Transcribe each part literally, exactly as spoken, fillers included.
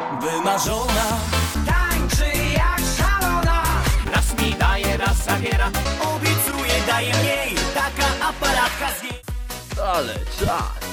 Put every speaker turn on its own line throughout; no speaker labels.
Wymarzona tańczy jak szalona. Raz mi daje, raz zabiera. Obiecuje, daje mniej. Taka aparatka z niej.
Ale czas.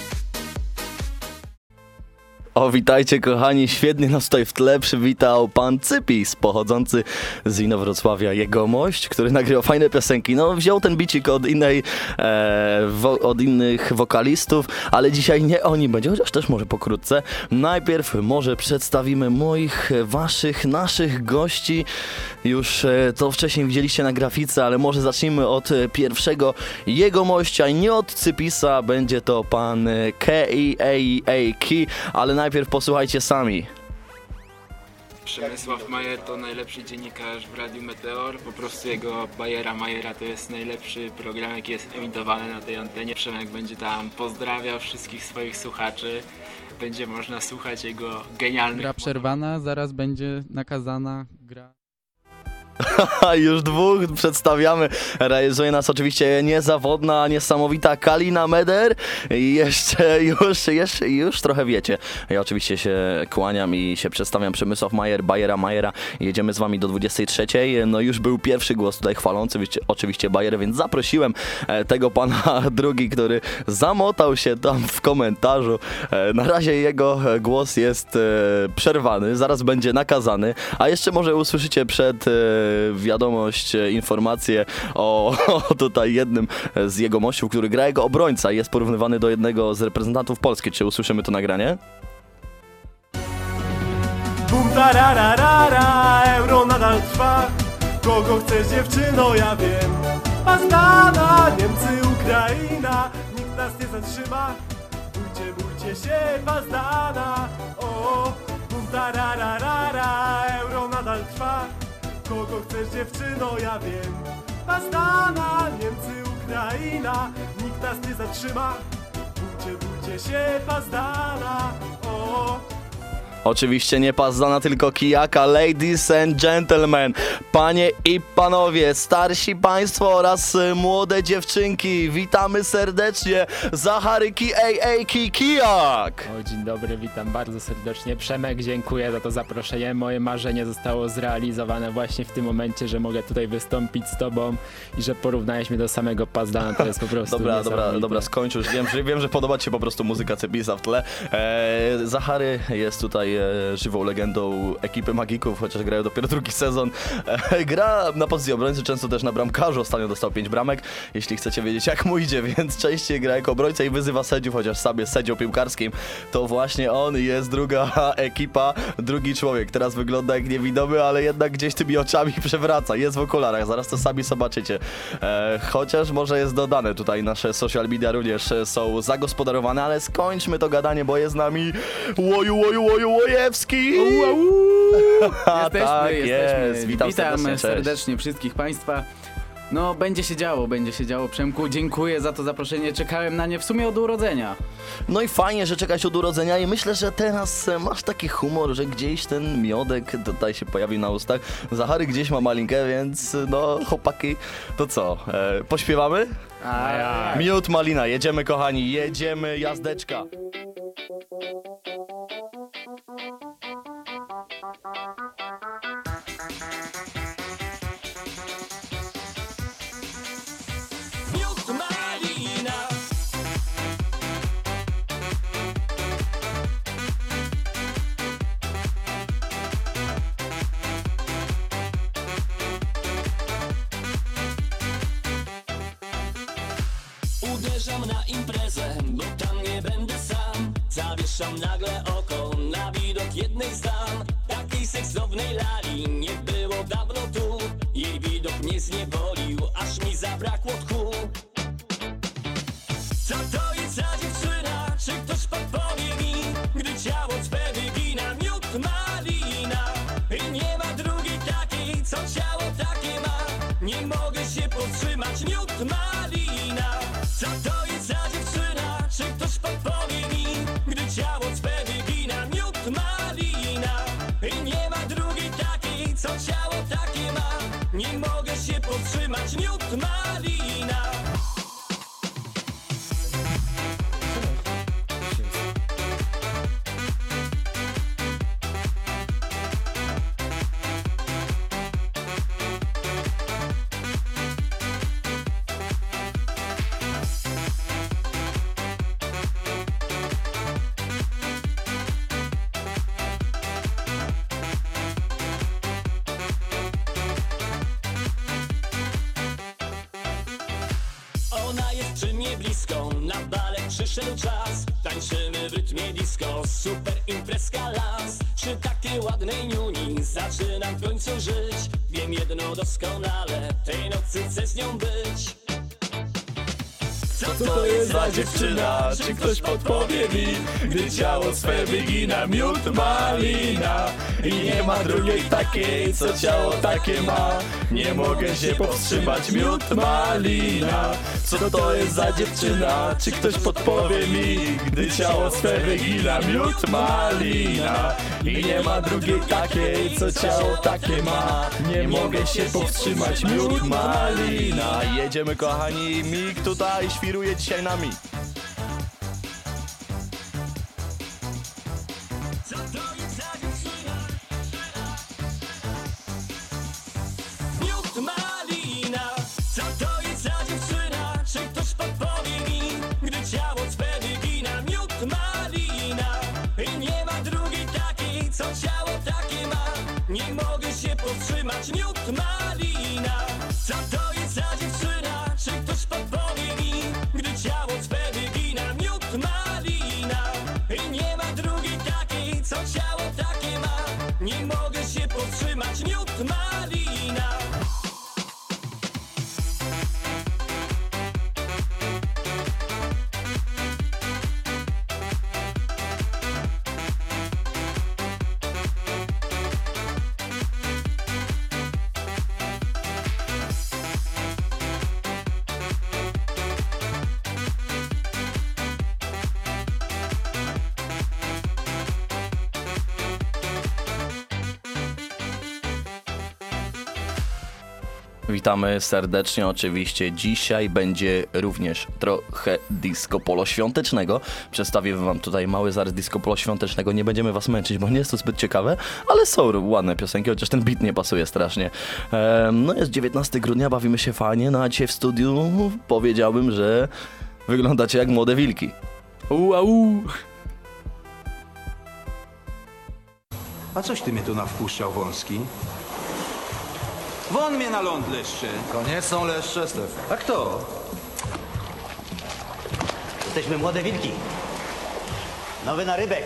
O, witajcie kochani, świetnie nas tutaj w tle przywitał pan Cypis, pochodzący z Inowrocławia, jegomość, który nagrywa fajne piosenki. No, wziął ten bicik od innej, e, wo, od innych wokalistów, ale dzisiaj nie o nim będzie, chociaż też może pokrótce. Najpierw może przedstawimy moich, waszych, naszych gości. Już e, to wcześniej widzieliście na grafice, ale może zacznijmy od e, pierwszego jegomościa i nie od Cypisa, będzie to pan e, K E A A K, ale najpierw posłuchajcie sami.
Przemysław Majer to najlepszy dziennikarz w Radiu Meteor. Po prostu jego Bajera Majera to jest najlepszy program, jaki jest emitowany na tej antenie. Przemek będzie tam pozdrawiał wszystkich swoich słuchaczy. Będzie można słuchać jego genialnych...
Gra przerwana, zaraz będzie nakazana gra.
Już dwóch przedstawiamy. Realizuje nas oczywiście niezawodna, niesamowita Kalina Meder. I jeszcze, już, jeszcze, już trochę wiecie. Ja oczywiście się kłaniam i się przedstawiam. Przemysław Majer, Bajera Majera. Jedziemy z wami do dwudziestej trzeciej. No już był pierwszy głos tutaj chwalący, oczywiście Bajerę, więc zaprosiłem tego pana drugi, który zamotał się tam w komentarzu. Na razie jego głos jest przerwany, zaraz będzie nakazany, a jeszcze może usłyszycie przed wiadomość, informację o, o tutaj jednym z jegomościów, który gra jego obrońca i jest porównywany do jednego z reprezentantów Polski. Czy usłyszymy to nagranie?
Bum tarararara, euro nadal trwa. Kogo chcesz dziewczyno, ja wiem. Pazdana, Niemcy, Ukraina, nikt nas nie zatrzyma. Bójcie, bójcie się, Pazdana. O, bum tarararara, euro nadal trwa. Kogo chcesz dziewczyno, ja wiem. Pazdana, Niemcy, Ukraina, nikt nas nie zatrzyma. Bójcie, bójcie się, Pazdana. O.
Oczywiście nie Pazdana, tylko Kijaka. Ladies and gentlemen, panie i panowie, starsi państwo oraz młode dziewczynki, witamy serdecznie Zachary K A A K Kijak.
O, dzień dobry, witam bardzo serdecznie. Przemek, dziękuję za to zaproszenie. Moje marzenie zostało zrealizowane właśnie w tym momencie, że mogę tutaj wystąpić z tobą i że porównałeś mnie do samego Pazdana, to jest po prostu
Dobra, dobra, dobra, skończ już. Wiem, że, wiem, że podoba ci się po prostu muzyka Cypisa w tle. Eee, Zachary jest tutaj żywą legendą ekipy Magików, chociaż grają dopiero drugi sezon. E, gra na pozycji obrońcy, często też na bramkarzu. Ostatnio dostał pięć bramek, jeśli chcecie wiedzieć jak mu idzie, więc częściej gra jako obrońca i wyzywa sędziów, chociaż sam jest sędzią piłkarskim. To właśnie on jest druga ekipa, drugi człowiek. Teraz wygląda jak niewidomy, ale jednak gdzieś tymi oczami przewraca. Jest w okularach, zaraz to sami zobaczycie. E, chociaż może jest dodane tutaj, nasze social media również są zagospodarowane, ale skończmy to gadanie, bo jest z nami Łoju, łoju, łoju, Łojewski.
Jesteśmy,
tak
jesteśmy.
Jest. Witam,
Witam
serdecznie,
serdecznie wszystkich państwa. No, będzie się działo, będzie się działo. Przemku, dziękuję za to zaproszenie. Czekałem na nie w sumie od urodzenia.
No i fajnie, że czekać od urodzenia i myślę, że teraz masz taki humor, że gdzieś ten miodek tutaj się pojawi na ustach. Zachary gdzieś ma malinkę, więc no chłopaki, to co? E, pośpiewamy?
A ja.
Miód, malina, jedziemy kochani, jedziemy, jazdeczka.
Miód malina. Uderzam na imprezę, bo tam nie będę sam. Zawieszam nagle oko na widok jednej z dam. Takiej seksownej lali nie było dawno tu. Jej widok mnie zniewolił, aż mi zabrakło tchu. Co to jest za dziewczyna? Czy ktoś podpowie mi? Gdy ciało swe wygina miód malina. I nie ma drugiej takiej, co ciało takie ma. Nie mogę się powstrzymać, miód malina. Co to jest za dziewczyna? Czy ktoś podpowie mi? Gdy ciało swe wygina miód malina. I nie ma drugiej takiej, co ciało takie ma. Nie mogę się powstrzymać, miód malina. która jest przy mnie blisko. Na balet przyszedł czas, tańczymy w rytmie disco. Super imprezka las, przy takiej ładnej niuni zaczynam w końcu żyć. Wiem jedno doskonale, tej nocy chcę z nią być.
Co to jest za dziewczyna? Czy ktoś podpowie mi? Gdy ciało swe wygina miód malina i nie ma drugiej takiej, co ciało takie ma. Nie mogę się powstrzymać, miód malina. Co to jest za dziewczyna? Czy ktoś podpowie mi? Gdy ciało swe wygina miód malina i nie ma drugiej takiej, co ciało takie ma. Nie mogę się powstrzymać, miód malina. Jedziemy, kochani, Mig tutaj świruje dzisiaj nami.
Co to jest za dziewczyna? Miód malina. Co to jest za dziewczyna? Czy ktoś podpowie mi? Gdy ciało swe wygina miód malina i nie ma drugiej takiej, co ciało takie ma. Nie mogę się powstrzymać, miód malina. Co to jest za dziewczyna? Czy ktoś podpowie mi? Gdy ciało swe wygina miód malina i nie ma drugiej takiej, co ciało takie ma. Nie mogę się powstrzymać, miód malina.
Witamy serdecznie, oczywiście dzisiaj będzie również trochę disco polo świątecznego. Przedstawię wam tutaj mały zarys disco polo świątecznego, nie będziemy was męczyć, bo nie jest to zbyt ciekawe, ale są ładne piosenki, chociaż ten beat nie pasuje strasznie. Ehm, no jest dziewiętnastego grudnia, bawimy się fajnie, no a dzisiaj w studiu powiedziałbym, że wyglądacie jak młode wilki. Uau!
A coś ty mnie tu nawpuszczał, Wąski? Won mnie na ląd leszcze.
To nie są leszcze, Stef.
A kto?
Jesteśmy młode wilki. Nowy narybek.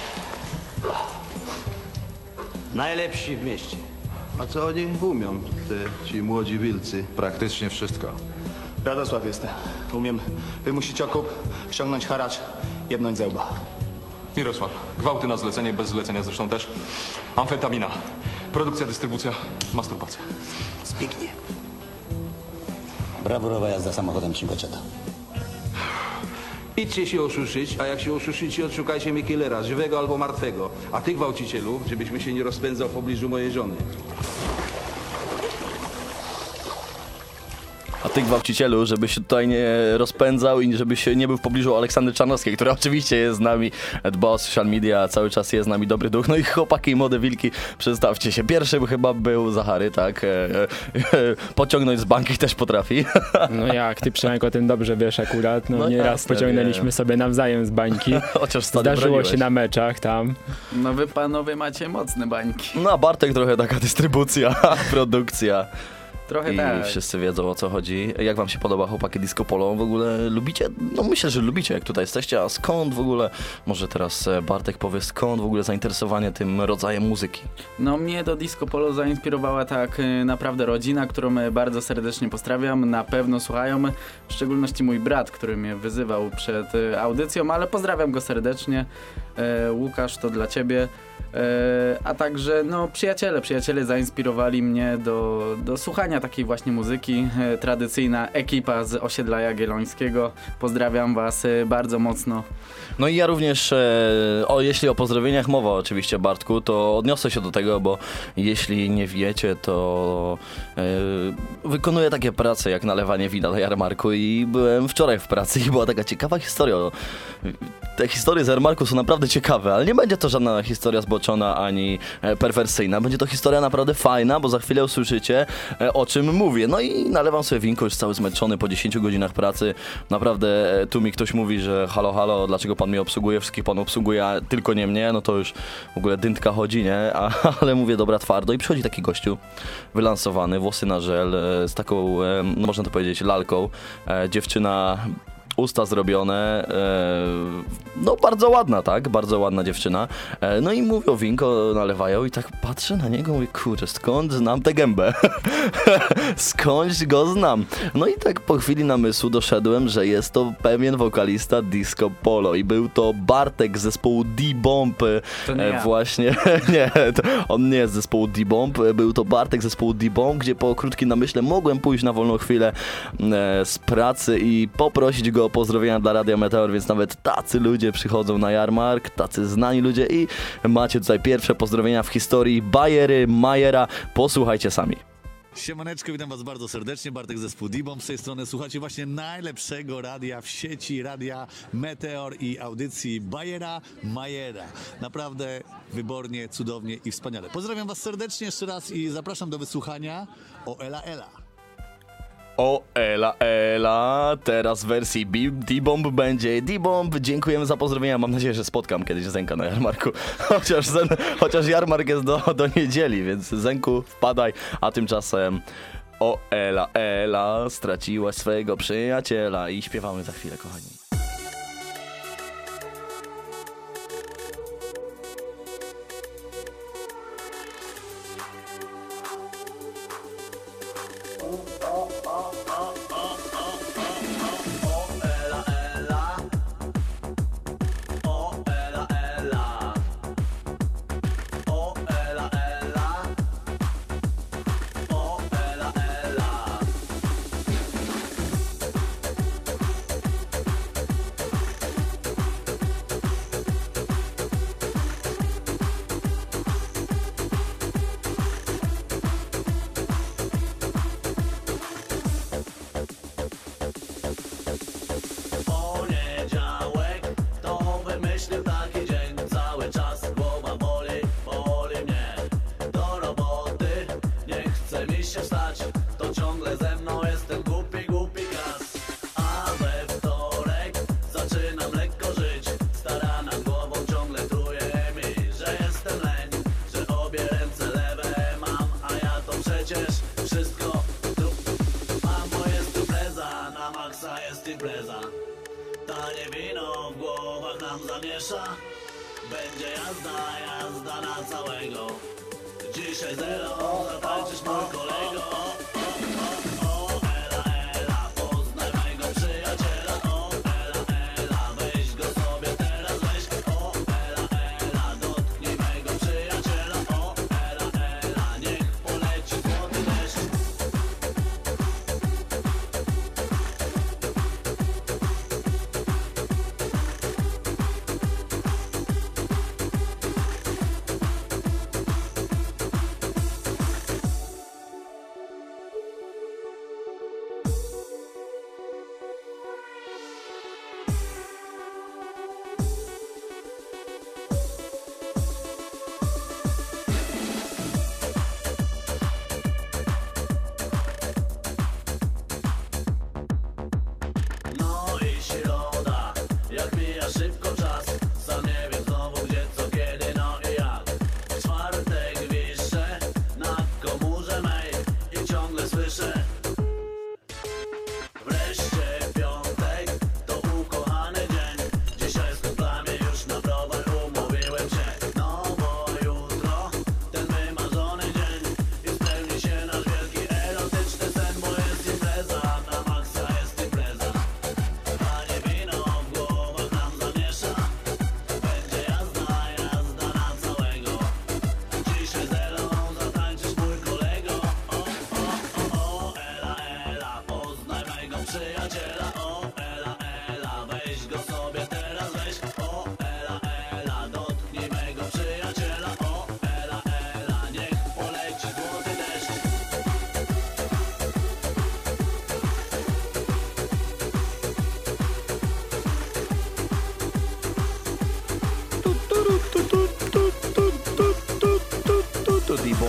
Najlepsi w mieście.
A co oni umią, te ci młodzi wilcy?
Praktycznie wszystko.
Radosław jestem. Umiem wymusić okup, ściągnąć haracz, jebnąć zełba.
Mirosław, gwałty na zlecenie, bez zlecenia zresztą też. Amfetamina. Produkcja, dystrybucja, masturbacja.
Spięknie. Brawurowa jazda samochodem Cinquecento.
Idźcie się oszuszyć, a jak się oszuszycie, odszukajcie mi killera, żywego albo martwego. A ty, gwałcicielu, żebyś mi się nie rozpędzał w pobliżu mojej żony.
A ty, gwałcicielu, żebyś się tutaj nie rozpędzał i żebyś nie był w pobliżu Aleksandry Czarnowskiej, która oczywiście jest z nami, dba o social media, cały czas jest z nami dobry duch. No i chłopaki i młode wilki, przedstawcie się. Pierwszy chyba był Zachary, tak? E, e, pociągnąć z banki też potrafi.
No jak, ty Przemek o tym dobrze wiesz akurat, no,
No
nieraz
jasne,
pociągnęliśmy
wiem.
sobie nawzajem z bańki.
Chociaż wtedy
Zdarzyło
broniłeś.
się na meczach tam.
No wy panowie macie mocne bańki.
No a Bartek trochę taka dystrybucja, produkcja.
Trochę
I
tak.
wszyscy wiedzą, o co chodzi. Jak wam się podoba, chłopaki, disco polo? W ogóle lubicie? No myślę, że lubicie, jak tutaj jesteście. A skąd w ogóle, może teraz Bartek powie, skąd w ogóle zainteresowanie tym rodzajem muzyki?
No mnie do disco polo zainspirowała tak y, naprawdę rodzina, którą y, bardzo serdecznie pozdrawiam. Na pewno słuchają, w szczególności mój brat, który mnie wyzywał przed y, audycją, ale pozdrawiam go serdecznie. Y, Łukasz, to dla ciebie. E, a także no, przyjaciele, przyjaciele zainspirowali mnie do, do słuchania takiej właśnie muzyki. E, tradycyjna ekipa z osiedla Jagiellońskiego. Pozdrawiam was e, bardzo mocno.
No i ja również, e, o, jeśli o pozdrowieniach mowa oczywiście, Bartku, to odniosę się do tego, bo jeśli nie wiecie, to e, wykonuję takie prace jak nalewanie wina na jarmarku i byłem wczoraj w pracy i była taka ciekawa historia. Te historie z jarmarku są naprawdę naprawdę ciekawe, ale nie będzie to żadna historia zboczona ani e, perwersyjna. Będzie to historia naprawdę fajna, bo za chwilę usłyszycie, e, o czym mówię. No i nalewam sobie winko, już cały zmęczony po dziesięciu godzinach pracy. Naprawdę e, tu mi ktoś mówi, że halo, halo, dlaczego pan mnie obsługuje? Wszystkich pan obsługuje, a tylko nie mnie. No to już w ogóle dyntka chodzi, nie? A, ale mówię, dobra, twardo. I przychodzi taki gościu, wylansowany, włosy na żel, e, z taką, e, no można to powiedzieć, lalką. E, dziewczyna... Usta zrobione, e, no bardzo ładna, tak, bardzo ładna dziewczyna. E, no i mówią, winko nalewają i tak patrzę na niego, mówię, kurczę, skąd znam tę gębę? Skądś go znam? No i tak po chwili namysłu doszedłem, że jest to pewien wokalista Disco Polo i był to Bartek z zespołu D-Bomb.
To nie
e,
ja.
Właśnie, nie, to on nie jest z zespołu D-Bomb, był to Bartek z zespołu D-Bomb, gdzie po krótkim namyśle mogłem pójść na wolną chwilę e, z pracy i poprosić go o pozdrowienia dla Radia Meteor, więc nawet tacy ludzie przychodzą na jarmark, tacy znani ludzie i macie tutaj pierwsze pozdrowienia w historii Bayery, Majera. Posłuchajcie sami.
Siemaneczko, witam was bardzo serdecznie, Bartek z zespołu D-Bomb z tej strony. Słuchacie właśnie najlepszego radia w sieci, Radia Meteor i audycji Bayera Majera. Naprawdę wybornie, cudownie i wspaniale. Pozdrawiam was serdecznie jeszcze raz i zapraszam do wysłuchania o Ela Ela.
O Ela Ela, teraz w wersji D-Bomb będzie D-Bomb. Dziękujemy za pozdrowienia, mam nadzieję, że spotkam kiedyś Zenka na jarmarku. Chociaż, zen, chociaż jarmark jest do, do niedzieli, więc Zenku wpadaj, a tymczasem o Ela Ela, straciłaś swojego przyjaciela i śpiewamy za chwilę, kochani.
Będzie jazda, jazda na całego. Dzisiaj zero, zatańczysz mój kolego. O, Ela, Ela, poznaj mego przyjaciela. O, Ela, Ela, weź go sobie teraz, weź. O, Ela, Ela, dotknij mego przyjaciela. O, Ela, Ela, niech poleci złoty deszcz.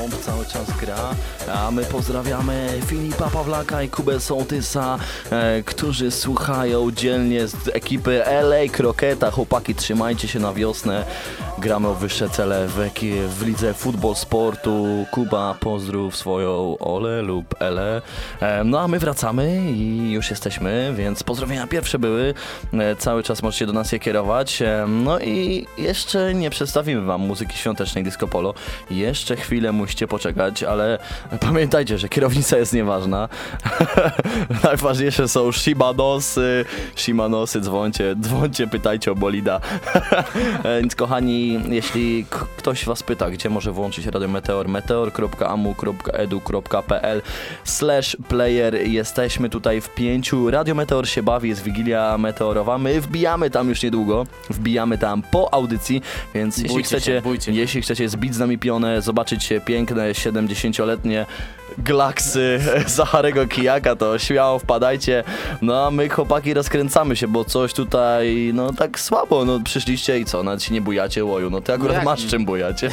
D-Bomb cały czas gra, a my pozdrawiamy Filipa Pawlaka i Kubę Sołtysa, e, którzy słuchają dzielnie z ekipy L A Kroketa. Chłopaki, trzymajcie się na wiosnę, gramy o wyższe cele w, w lidze Futbol Sportu. Kuba, pozdrów swoją Ole lub Ele. E, no a my wracamy i już jesteśmy, więc pozdrowienia pierwsze były, e, cały czas możecie do nas je kierować. E, no i jeszcze nie przedstawimy wam muzyki świątecznej Disco Polo, jeszcze chwilę musicie poczekać, ale pamiętajcie, że kierownica jest nieważna. Najważniejsze są Shimanosy, Shimanosy, dzwońcie, dzwońcie, pytajcie o bolida. Więc kochani, jeśli k- ktoś was pyta, gdzie może włączyć Radio Meteor, meteor kropka a m u kropka e d u kropka p l slash player. Jesteśmy tutaj w pięciu. Radio Meteor się bawi, jest Wigilia Meteorowa. My wbijamy tam już niedługo, wbijamy tam po audycji, więc jeśli
Bójcie
chcecie,
się, bójcie.
jeśli chcecie zbić z nami pionę, zobaczyć piękne siedemdziesięcioletnie glaksy Zacharego Kijaka, to śmiało wpadajcie. No a my, chłopaki, rozkręcamy się, bo coś tutaj, no tak słabo, no przyszliście i co, nawet się nie bujacie, łoju, no ty akurat
jak
masz
nie?
czym bujacie.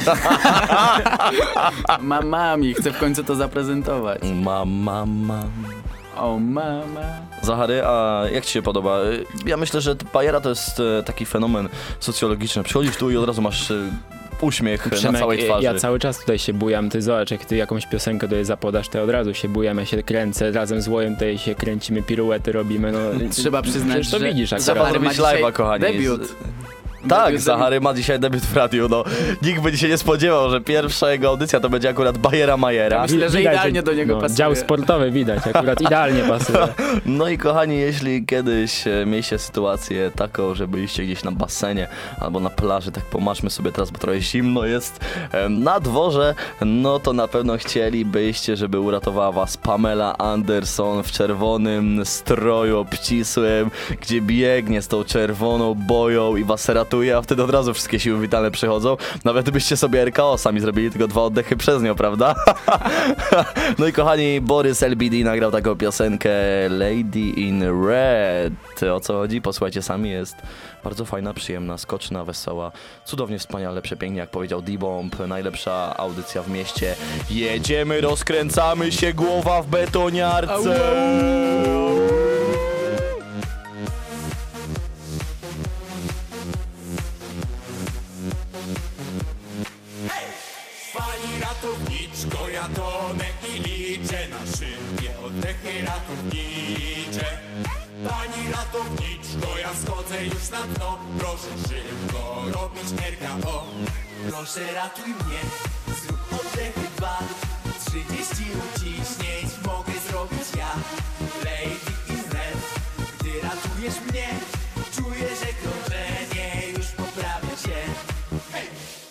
Mam, mam i chcę w końcu to zaprezentować.
Mam, mam, mam.
O mama.
Zachary, a jak ci się podoba? Ja myślę, że bajera to jest e, taki fenomen socjologiczny. Przychodzisz tu i od razu masz e, uśmiech
Przemek,
na całej twarzy.
ja cały czas tutaj się bujam, ty zobacz, jak ty jakąś piosenkę tutaj zapodasz, to od razu się bujam, ja się kręcę, razem z Łojem tutaj się kręcimy, piruety robimy, no.
Trzeba przyznać,
przecież to
że
widzisz
Trzeba
akurat.
Zachary ma
zrobić
dzisiaj
live'a, kochani.
debiut.
Tak,
Debiut,
Zachary ma dzisiaj debiut w radiu, no. Nikt by się nie spodziewał, że pierwsza jego audycja to będzie akurat Bajera Majera.
Myślę, że
Widać,
idealnie do niego
no,
pasuje.
dział sportowy widać, akurat idealnie pasuje.
No i kochani, jeśli kiedyś e, mieliście sytuację taką, że byliście gdzieś na basenie albo na plaży, tak pomarzmy sobie teraz, bo trochę zimno jest e, na dworze, no to na pewno chcielibyście, żeby uratowała was Pamela Anderson w czerwonym stroju obcisłym, gdzie biegnie z tą czerwoną boją i was ratuje, a wtedy od razu wszystkie siły witalne przychodzą. Nawet byście sobie R K O sami zrobili, tylko dwa oddechy przez nią, prawda? No i kochani, Borys L B D nagrał taką piosenkę Lady in Red. O co chodzi? Posłuchajcie sami, jest bardzo fajna, przyjemna, skoczna, wesoła, cudownie, wspaniale, przepięknie, jak powiedział D-Bomb, najlepsza audycja w mieście. Jedziemy, rozkręcamy się, głowa w betoniarce.
Pani ratowniczko, ja tonę i liczę na szybkie oddechy ratownicze. Pani ratowniczko, ja schodzę już na dno. Proszę szybko robić R K O. Proszę ratuj mnie, zrób oddechy dwa. Trzydzieści uciśnięć mogę zrobić ja. Lady in red, gdy ratujesz mnie, czuję, że krążenie już poprawia się. Hej!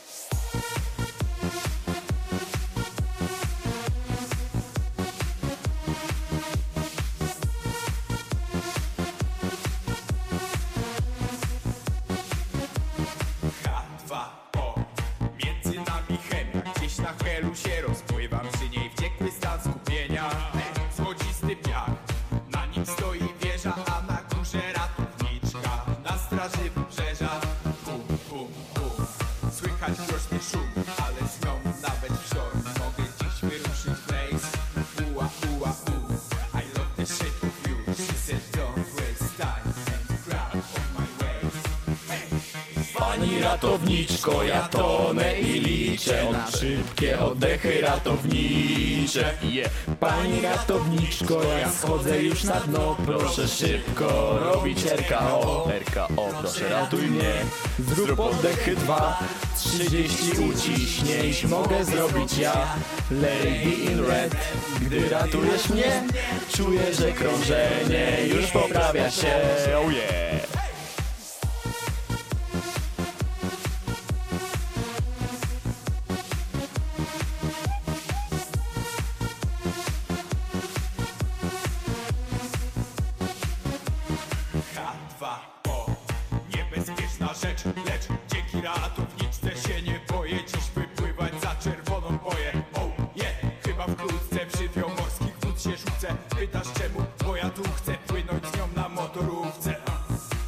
H dwa O, między nami chemia, gdzieś na helu się rozpływam, przy niej wściekły stan skupienia. Złocisty piach, na nim stoi wieża, a na górze ratowniczka, na straży wybrzeża. Bum, bum, bum, słychać groźny szum, ale z nią nawet wsior. Mogę dziś wyruszyć w rejs, uła, uła, u. I love the shape of you, she said don't waste time and grab on my waist. Hey. Pani ratowniczko, ja tonę i liczę na szybkie oddechy ratownicze. Yeah. Pani ratowniczko, ja schodzę już na dno. Proszę szybko robić R K O.
R K O, proszę ratuj
ratuj mnie, zrób oddechy dwa. Trzydzieści uciśnięć mogę zrobić ja. Lady in red, gdy ratujesz mnie, czuję, że krążenie już poprawia się. Oh yeah. H dwa O, niebezpieczna rzecz, lecz dzięki ratowniczce się nie boję dziś wypływać za czerwoną boję. Oh yeah, chyba wkrótce przywią morskich wód się rzucę. Pytasz czemu? Bo ja tu chcę płynąć z nią na motorówce.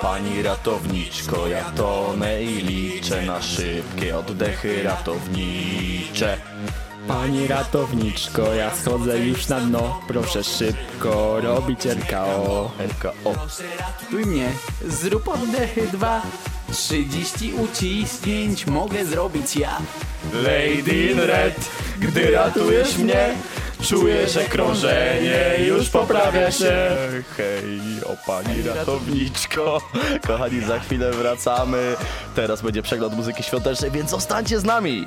Pani ratowniczko, ja tonę i liczę na szybkie oddechy ratownicze.
Pani ratowniczko, ja schodzę już na dno. Proszę szybko robić R K O.
R K O.
Ratuj mnie, zrób oddechy dwa. trzydzieści uciśnięć mogę zrobić ja.
Lady in red, gdy ratujesz mnie, czuję, że krążenie już poprawia się. Hej, o pani ratowniczko. Kochani, za chwilę wracamy. Teraz będzie przegląd muzyki świątecznej, więc zostańcie z nami.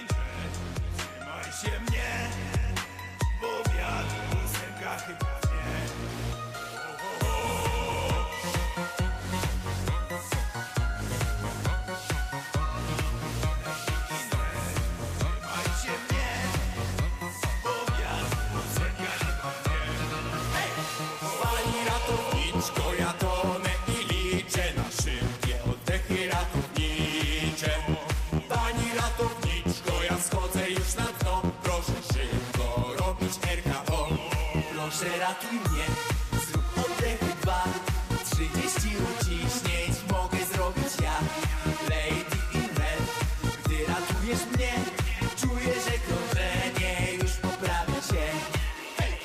Proszę ratuj mnie, zrób oddechy dwa. trzydzieści uciśnięć mogę zrobić ja. Lady in red, gdy ratujesz mnie, czuję, że krążenie już poprawia się. Hej!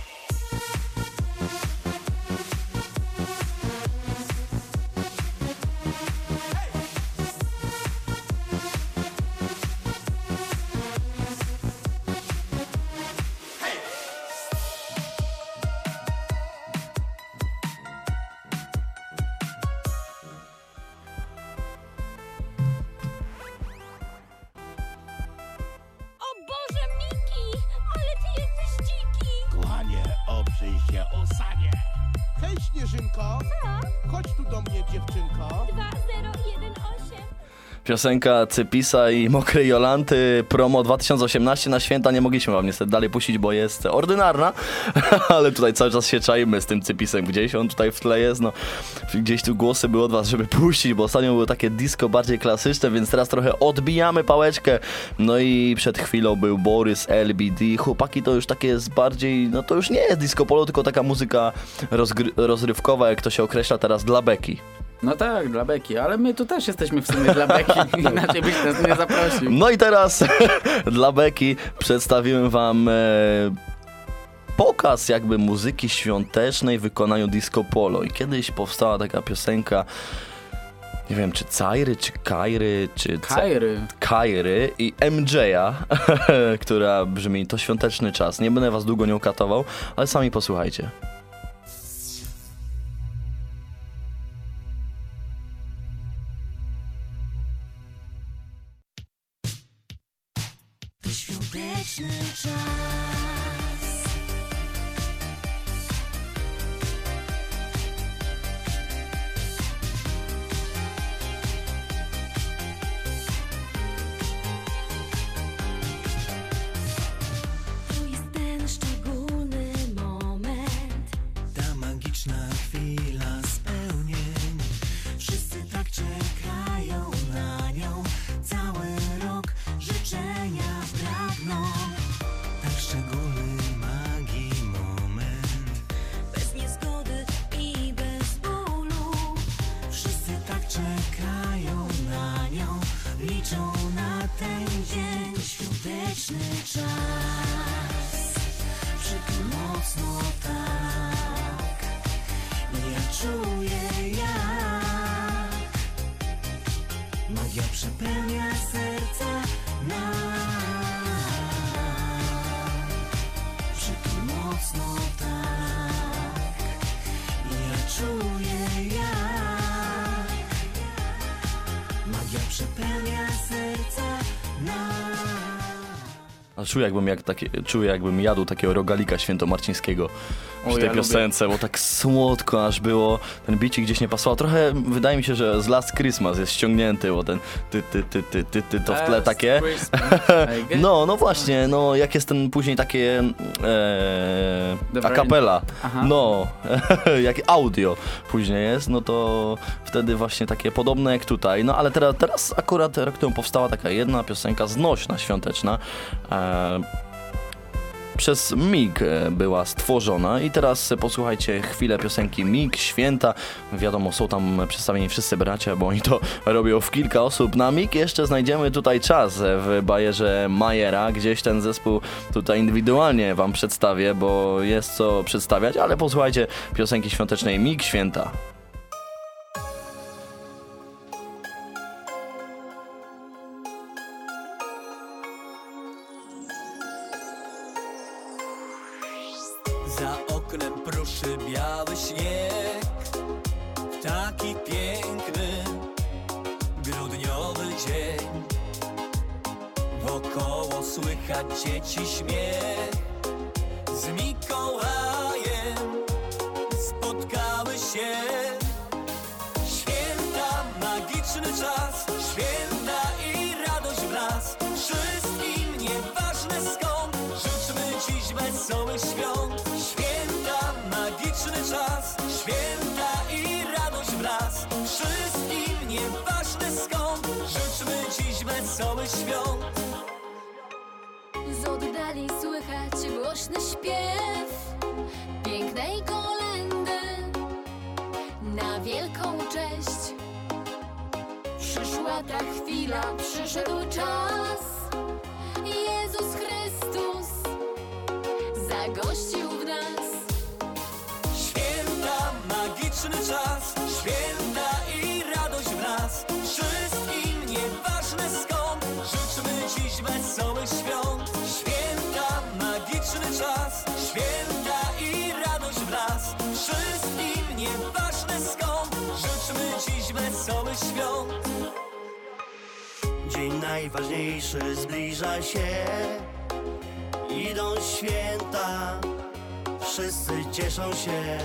Hej, Śnieżynko! Chodź tu do mnie, dziewczynko.
dwa zero jeden osiem.
Piosenka Cypisa i Mokrej Jolanty, promo dwa tysiące osiemnaście na święta. Nie mogliśmy wam niestety dalej puścić, bo jest ordynarna, ale tutaj cały czas się czajmy z tym Cypisem. Gdzieś on tutaj w tle jest, no gdzieś tu głosy były od was, żeby puścić, bo ostatnio było takie disco bardziej klasyczne, więc teraz trochę odbijamy pałeczkę. No i przed chwilą był Borys, L B D. Chłopaki to już takie jest bardziej, no to już nie jest disco polo, tylko taka muzyka rozgry- rozrywkowa, jak to się określa teraz, dla beki.
No tak, dla beki, ale my tu też jesteśmy w sumie dla beki, inaczej byś nas nie zaprosił.
No i teraz dla beki przedstawiłem wam e, pokaz jakby muzyki świątecznej w wykonaniu disco polo. I kiedyś powstała taka piosenka, nie wiem, czy Cajry, czy Kajry, czy...
Kajry.
Kajry i M J-a, która brzmi To świąteczny czas. Nie będę was długo nią katował, ale sami posłuchajcie.
To świąteczny czas.
To jest ten szczególny moment,
Ta magiczna chwila spełnień. Wszyscy tak czekają na nią. Cały rok życzenia pragną. Tak szczególny magii moment.
bez niezgody i bez bólu.
Wszyscy tak czekają na nią. Liczą na ten dzień. To świąteczny czas. Przytul mocno tak. Ja czuję jak magia przepełnia serca nas. Przytul mocno tak. Ja czuję jak magia przepełnia serca nas.
A czuję jakbym, jak takie, czuję jakbym jadł takiego rogalika świętomarcińskiego
O,
przy tej
ja
piosence, bo tak słodko aż było, ten bicik gdzieś nie pasował. Trochę wydaje mi się, że z Last Christmas jest ściągnięty, bo ten ty, ty, ty, ty, ty, ty to w tle
Last
takie.
Christmas, I guess.
No, no właśnie, no jak jest ten później takie e,
The
a cappella,
Aha.
no, jak audio później jest, no to wtedy właśnie takie podobne jak tutaj. No ale teraz, teraz akurat rok temu powstała taka jedna piosenka znośna, świąteczna. E, przez mig była stworzona i teraz posłuchajcie chwilę piosenki Mig, Święta. Wiadomo, są tam przedstawieni wszyscy bracia, bo oni to robią w kilka osób. Na mig jeszcze znajdziemy tutaj czas w bajerze Majera. Gdzieś ten zespół tutaj indywidualnie wam przedstawię, bo jest co przedstawiać, ale posłuchajcie piosenki świątecznej Mig, Święta.
Za oknem pruszy biały śnieg, taki piękny grudniowy dzień. Wokoło słychać dzieci śmiech, z Mikołajem spotkały się. Święta, magiczny czas, święta i radość wraz. Wszystkim nieważne skąd, życzmy dziś wesołych świąt. Święta, magiczny czas, święta i radość wraz. Wszystkim nieważne skąd, życzmy dziś wesołych świąt.
Z oddali słychać głośny śpiew pięknej kolędy na wielką cześć. Przyszła ta chwila, przyszedł czas. Jezus Chrystus zagościł w nas.
Święta, magiczny czas, święta i radość wraz. Wszystkim nieważne skąd, życzmy dziś wesołych świąt. Święta, magiczny czas, święta i radość wraz. Wszystkim nieważne skąd, życzmy dziś wesołych świąt.
Dzień najważniejszy zbliża się, idą święta, wszyscy cieszą się.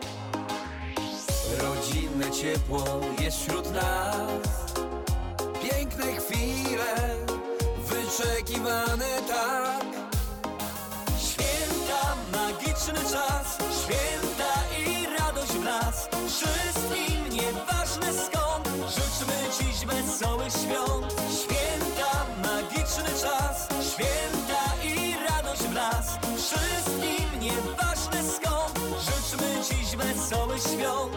Rodzinne ciepło jest wśród nas, piękne chwile, wyczekiwane tak. Święta, magiczny czas, święta i radość wraz. Wszystkim nieważne skąd, życzmy dziś wesołych świąt. Święta, magiczny czas, święta i radość wraz. Wszystkim nieważne skąd, życzmy dziś wesołych świąt.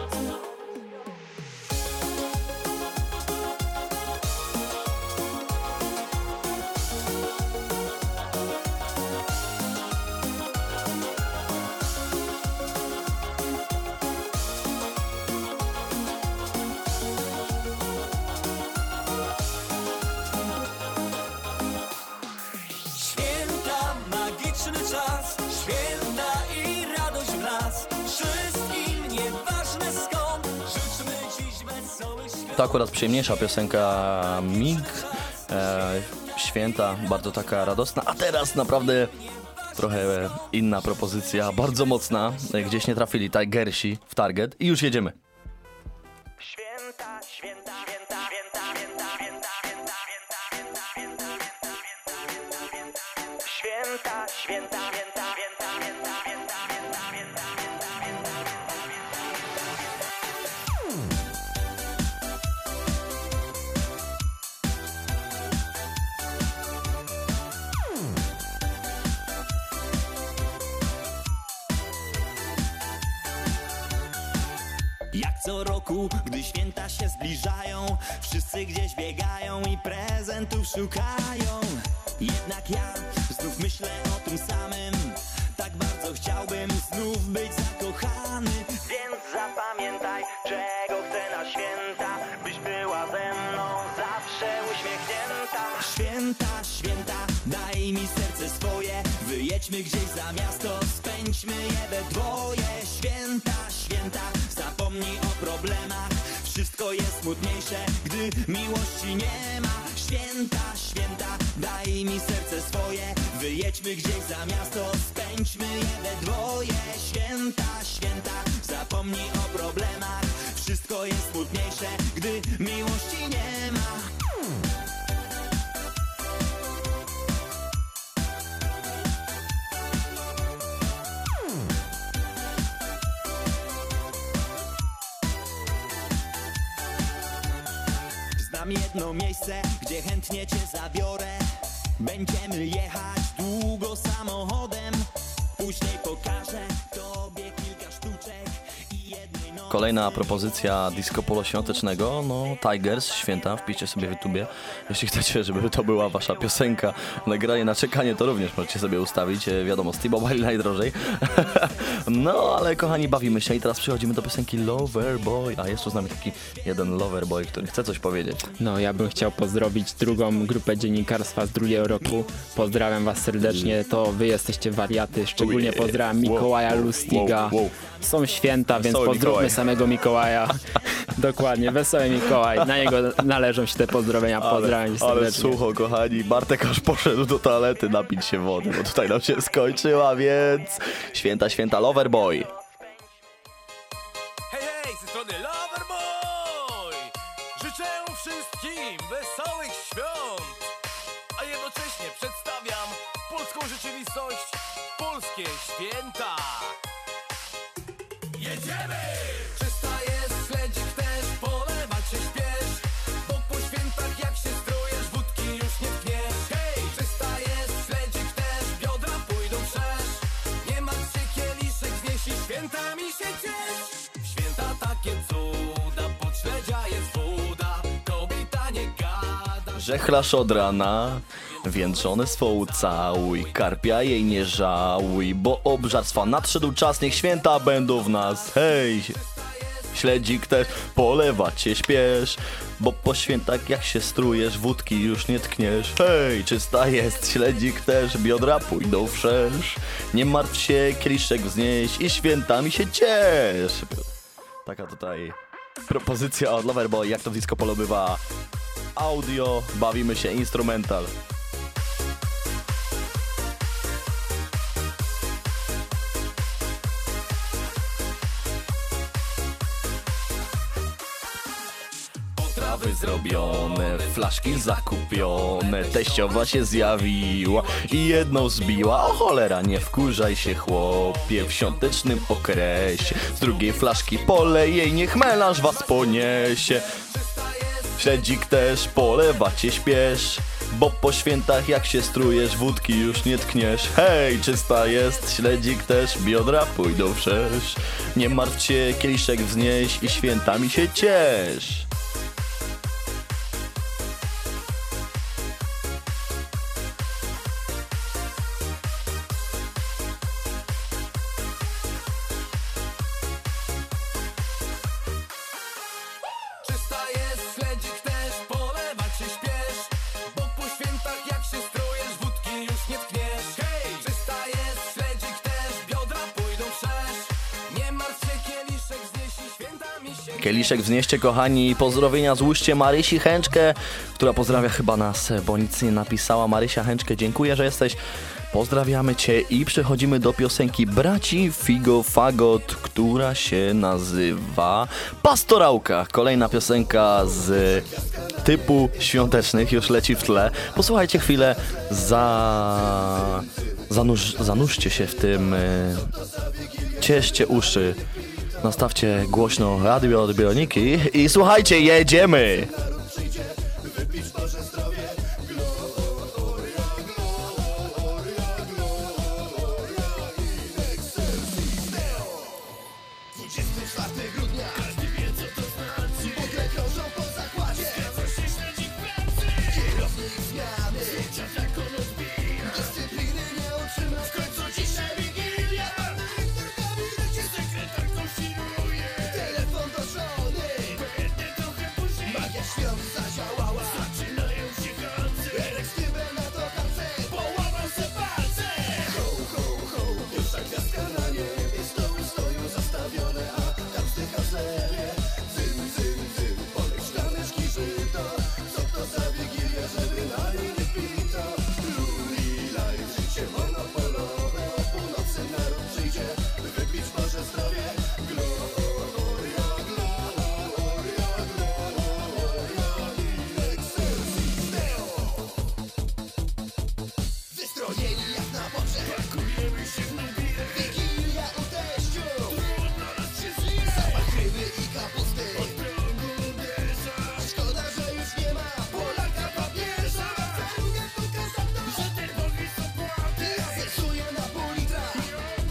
Czas, święta i radość wraz. Wszystkim nieważne skąd, życzmy dziś wesołych świąt.
To akurat przyjemniejsza piosenka Mig, e, święta, bardzo taka radosna, a teraz naprawdę trochę inna propozycja, bardzo mocna, gdzieś nie trafili Tigersi w target i już jedziemy.
Święta, święta, święta, święta, święta, święta, święta, święta, święta, święta, święta, święta.
Jak co roku, gdy święta się zbliżają, wszyscy gdzieś biegają i prezentów szukają. Jednak ja znów myślę o tym samym, tak bardzo chciałbym znów być zakochany. Więc zapamiętaj, czego chcę na święta, byś była ze mną zawsze uśmiechnięta. Święta, święta, daj mi serce swoje, wyjedźmy gdzieś za miasto, spędźmy je we dwoje. Święta, święta, zapomnij o problemach, wszystko jest smutniejsze, gdy miłości nie ma. Święta, święta, daj mi serce swoje, wyjedźmy gdzieś za miasto, spędźmy je we dwoje. Święta, święta, zapomnij o problemach, wszystko jest smutniejsze, gdy miłości nie ma. Znam jedno miejsce, gdzie chętnie cię zabiorę. Będziemy jechać długo samochodem.
Później pokażę tobie kilka sztuczek i jednej nocy.
Kolejna propozycja disco polo świątecznego, no Tigers, święta, wpiszcie sobie w YouTubie. Jeśli chcecie, żeby to była wasza piosenka, nagranie na czekanie, to również możecie sobie ustawić, e, wiadomo, z T-Mobile najdrożej. No, ale kochani, bawimy się i teraz przechodzimy do piosenki Loverboy, a jest tu z nami taki jeden Loverboy, który chce coś powiedzieć.
No, ja bym chciał pozdrowić drugą grupę dziennikarstwa z drugiego roku. Pozdrawiam was serdecznie, to wy jesteście wariaty. Szczególnie pozdrawiam Mikołaja Lustiga.
Wow, wow.
Są święta, więc
Wesoły
pozdrówmy
Mikołaj.
samego Mikołaja. Dokładnie, wesoły Mikołaj. Na niego należą się te pozdrowienia. Pozdrawiam cię
Ale
serdecznie.
sucho, kochani, Bartek aż poszedł do toalety napić się wody, bo tutaj nam się skończyła, więc święta, święta Loverboy.
Hej, hej, ze strony Loverboy! Życzę wszystkim wesołych świąt, a jednocześnie przedstawiam polską rzeczywistość, polskie święta. Jedziemy! Czysta jest, śledzik też, polewać się śpiesz, bo po świętach jak się strujesz, wódki już nie tkniesz. Hej! Czysta jest, śledzik też, biodra pójdą wszerz, nie martw się, kieliszek znieś i świętami się ciesz. Święta takie cuda, pod śledzia jest woda, kobieta nie gada.
Żechlasz od rana, więc żonę swą ucałuj, karpia jej nie żałuj, bo obżarstwa nadszedł czas, niech święta będą w nas. Hej! Śledzik też, polewać się śpiesz, bo po świętach jak się strujesz, wódki już nie tkniesz. Hej, czysta jest, śledzik też, biodra pójdą wszerz, nie martw się, kieliszek wznieś i świętami się ciesz. Taka tutaj propozycja od Loverboy, jak to w disco polo bywa. Audio, bawimy się instrumental. Potrawy zrobione, flaszki zakupione, teściowa się zjawiła i jedną zbiła. O cholera, nie wkurzaj się chłopie, w świątecznym okresie z drugiej flaszki polej jej, niech melanż was poniesie. Śledzik też, polewać się śpiesz, bo po świętach jak się strujesz, wódki już nie tkniesz. Hej, czysta jest, śledzik też, biodra pójdą wszerz, nie martw się, kieliszek wznieś i świętami się ciesz.
Czysta jest, śledzik też, polewać się śpiesz, bo po świętach jak się strujesz, wódki już nie tkniesz. Hej! Czysta jest, śledzik też, biodra pójdą wszerz, nie martw się, kieliszek znieś i świętami się...
Kieliszek wznieście, kochani, pozdrowienia złóżcie Marysi Chęczkę, która pozdrawia chyba nas, bo nic nie napisała. Marysia Chęczkę, dziękuję, że jesteś. Pozdrawiamy cię i przechodzimy do piosenki braci Figo Fagot, która się nazywa Pastorałka. Kolejna piosenka z typu świątecznych już leci w tle. Posłuchajcie chwilę, za... Zanurz... zanurzcie się w tym, y... cieszcie uszy, nastawcie głośno radioodbiorniki i słuchajcie, jedziemy!
dwudziestego czwartego grudnia każdy wie co to znaczy. Bogle krążą po zakładzie, zgadza się śledzik pracy. Kierownik zmiany, życia zakon odbija. Dyscypliny nie utrzyma, w końcu dzisiaj Wigilia. Dyrektor gabinecie, sekretarz konsiluje. Telefon do żony, będę trochę później. Magia świąt zadziałała, zaczynają się końce. Erek z tybrem na to harce, połamał se palce. Ho, ho, ho, pierwsza gwiazdka na niebie, stołu stoją zastawione, a tam styka serie. Zym, zym, zym, polek szklaneczki żyto. Co to za wigilia, żeby na niej nie pito? Lulilaj, życie monopolowe, o północy naród przyjdzie, by wypić Boże zdrowie. Gloria, gloria, gloria, in excelsis Deo. Wystrojeni jak na bocze, pakujemy się w nowirę. Wigilia u teściu, trudno nas się zlije. Zapach ryby i kapusty, od progu uderza. Szkoda, że już nie ma Polaka papieża. Celuję pokazać to, że ten podwis opłaty. Ja zepsuję na pół litra,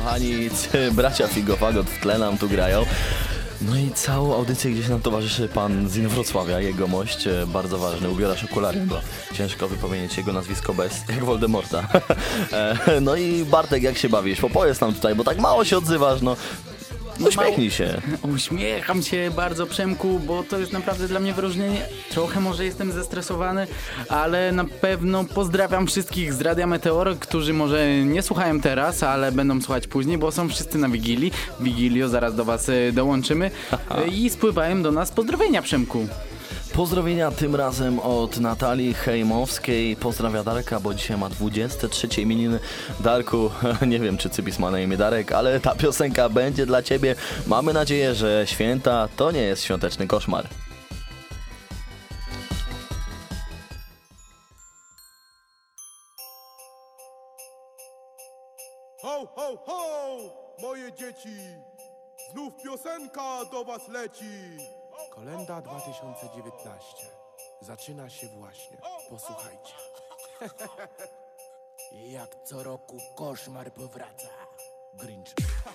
kochani, c- bracia Figofagot w tle nam tu grają. No i całą audycję gdzieś nam towarzyszy pan z Inwrocławia, jego mość, e, bardzo ważny, ubierasz okulary, bo ciężko wypowiedzieć jego nazwisko bez, jak Voldemorta. e, no i Bartek, jak się bawisz? Opowiedz nam tutaj, bo tak mało się odzywasz, no. Uśmiechnij się.
Uśmiecham się bardzo, Przemku, bo to jest naprawdę dla mnie wyróżnienie. Trochę może jestem zestresowany, ale na pewno pozdrawiam wszystkich z Radia Meteor, którzy może nie słuchają teraz, ale będą słuchać później, bo są wszyscy na Wigilii. Wigilio, zaraz do was y, dołączymy i spływają do nas pozdrowienia, Przemku.
Pozdrowienia tym razem od Natalii Hejmowskiej. Pozdrawia Darka, bo dzisiaj ma dwudzieste trzecie imieniny. Darku, nie wiem czy Cypis ma na imię Darek, ale ta piosenka będzie dla ciebie. Mamy nadzieję, że święta to nie jest świąteczny koszmar.
Ho, ho, ho! Moje dzieci! Znów piosenka do was leci! Kolenda dwa tysiące dziewiętnaście. Zaczyna się właśnie. Posłuchajcie. Jak co roku koszmar powraca. Grinch.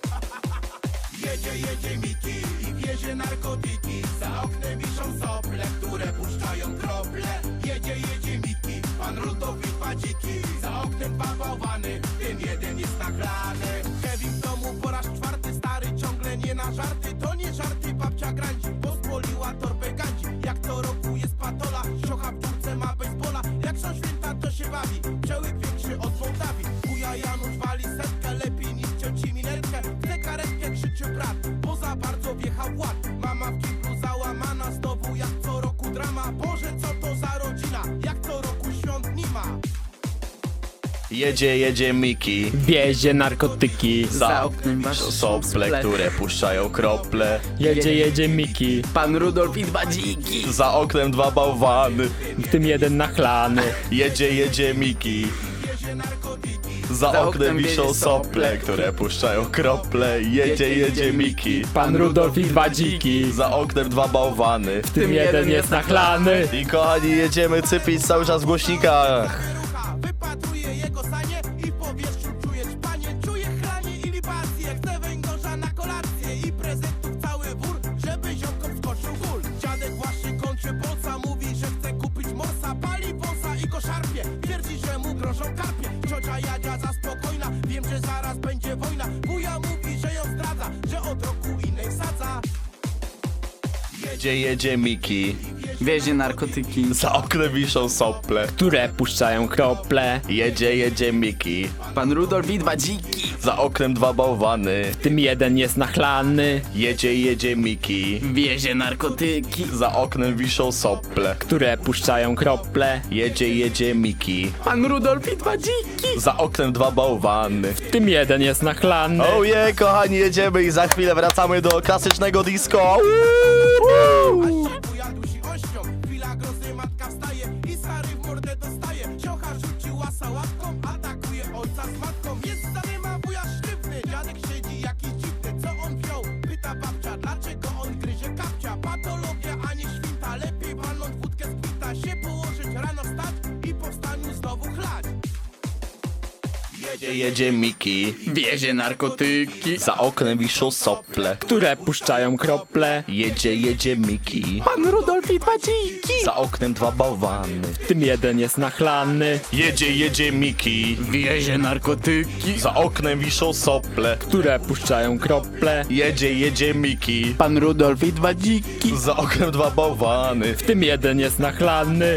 Jedzie, jedzie Miki i wiezie narkotyki. Za oknem wiszą sople, które puszczają krople. Jedzie, jedzie Miki, pan Rudolf i padziki. Za oknem dwa bałwany, tym jeden jest nachlany. Kevin w domu po raz czwarty, stary ciągle nie na żarty. To nie żarty, babcia Grandzi pospoliła torbę Gandzi. Jak co roku jest patola, siocha w górce ma baseballa. Jak są święta, to się bawi, przełyk większy od Mołdawii. Wuja Janusz wali setkę, lepiej niż cioci Minetkę. Chce karetkę, krzyczy brat, bo za bardzo wjechał w ład. Mama w kiblu załamana, znowu jak co roku drama. Boże, co to za rodzina, jak co roku świąt nie ma.
Jedzie, jedzie Miki,
wiezie narkotyki.
Za oknem wiszą sople, które puszczają krople.
Jedzie, jedzie Miki,
pan Rudolf i dwa dziki.
Za oknem dwa bałwany,
w tym jeden nachlany.
Jedzie, jedzie Miki. Za, Za oknem wiszą sople, które puszczają krople. Jedzie, jedzie Miki,
pan Rudolf i dwa dziki.
Za oknem dwa bałwany,
w tym jeden jest nachlany.
I kochani, jedziemy Cypis cały czas w głośnikach.
Wypatruje jego sanie i w powietrzu czuje ćpanie. Czuje chranie i libację, chce węgorza na kolację. I prezentów cały wór, żeby ziomkom skoczył gól. Dziadek właśnie kończy bossa, mówi, że chce kupić morsa. Pali wąsa i go szarpie, twierdzi, że mu grożą karpie. Ciocia Jadzia za spokojna, wiem, że zaraz będzie wojna. Wuja mówi, że ją zdradza, że od roku innej sadza.
Jedzie, jedzie Miki,
wiezie narkotyki.
Za oknem wiszą sople,
które puszczają krople.
Jedzie, jedzie Miki,
pan Rudolf i dwa dziki.
Za oknem dwa bałwany,
w tym jeden jest nachlany.
Jedzie, jedzie Miki,
wiezie narkotyki.
Za oknem wiszą sople,
które puszczają krople.
Jedzie, jedzie Miki,
pan Rudolf i dwa dziki.
Za oknem dwa bałwany,
w tym jeden jest nachlany.
Oh yeah, kochani, jedziemy i za chwilę wracamy do klasycznego disco.
A się wuja dusi ością, chwila grozy, matka wstaje i stary w mordę dostaje. Ciocha rzuciła sałatką, atakuje ojca z matką. Jest zadyma, wuja sztywny, dziadek siedzi jakiś dziwny. Co on wziął? Pyta babcia, dlaczego on gryzie kapcia? Patologia, a nie świnta, lepiej walnąć wódkę z pita. Się położyć, rano wstać i po wstaniu znowu chlać.
Jedzie, jedzie Miki,
wiezie narkotyki.
Za oknem wiszą sople,
które puszczają krople.
Jedzie, jedzie Miki,
pan Rudolf i dwa dziki.
Za oknem dwa bałwany,
w tym jeden jest nachlany.
Jedzie, jedzie Miki,
wiezie narkotyki.
Za oknem wiszą sople,
które puszczają krople.
Jedzie, jedzie Miki,
pan Rudolf i dwa dziki.
Za oknem dwa bałwany,
w tym jeden jest nachlany.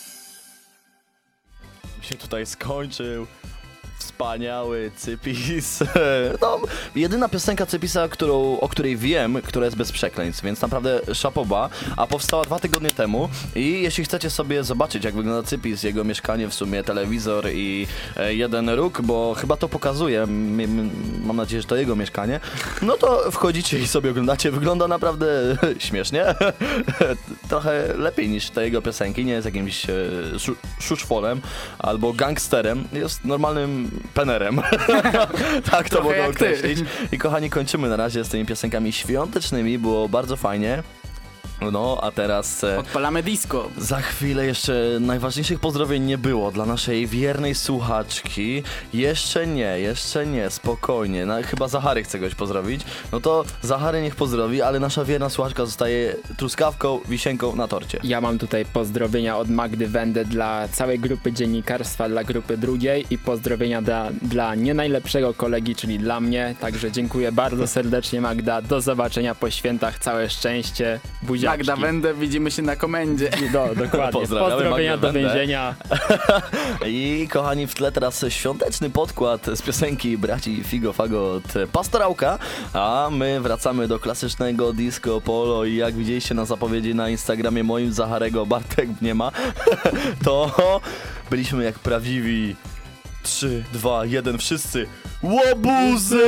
Się tutaj skończył. Wspaniały Cypis. No, jedyna piosenka Cypisa, którą, o której wiem, która jest bez przekleństw, więc naprawdę szapoba, a powstała dwa tygodnie temu i jeśli chcecie sobie zobaczyć, jak wygląda Cypis, jego mieszkanie, w sumie telewizor i e, jeden róg, bo chyba to pokazuje, m, m, mam nadzieję, że to jego mieszkanie, no to wchodzicie i sobie oglądacie, wygląda naprawdę śmiesznie, trochę lepiej niż te jego piosenki, nie jest jakimś e, szu, szuszfolem albo gangsterem, jest normalnym penerem. Tak to mogę określić. I kochani, kończymy na razie z tymi piosenkami świątecznymi. Było bardzo fajnie. No, a teraz... E,
Odpalamy disco.
Za chwilę jeszcze najważniejszych pozdrowień nie było dla naszej wiernej słuchaczki. Jeszcze nie, jeszcze nie, spokojnie. No, chyba Zachary chce kogoś pozdrowić. No to Zachary niech pozdrowi, ale nasza wierna słuchaczka zostaje truskawką, wisienką na torcie.
Ja mam tutaj pozdrowienia od Magdy Wendy dla całej grupy dziennikarstwa, dla grupy drugiej i pozdrowienia dla, dla nie najlepszego kolegi, czyli dla mnie. Także dziękuję bardzo serdecznie, Magda. Do zobaczenia po świętach. Całe szczęście. Buziaczki.
Magda Wendę, widzimy się na komendzie.
No, dokładnie. Pozdrowienia
Magdę
do więzienia.
I kochani, w tle teraz świąteczny podkład z piosenki braci Figo Fago od Pastorałka, a my wracamy do klasycznego disco polo i jak widzieliście na zapowiedzi na Instagramie moim Zacharego, Bartek nie ma, to byliśmy jak prawdziwi trzy, dwa, jeden, wszyscy łobuzy!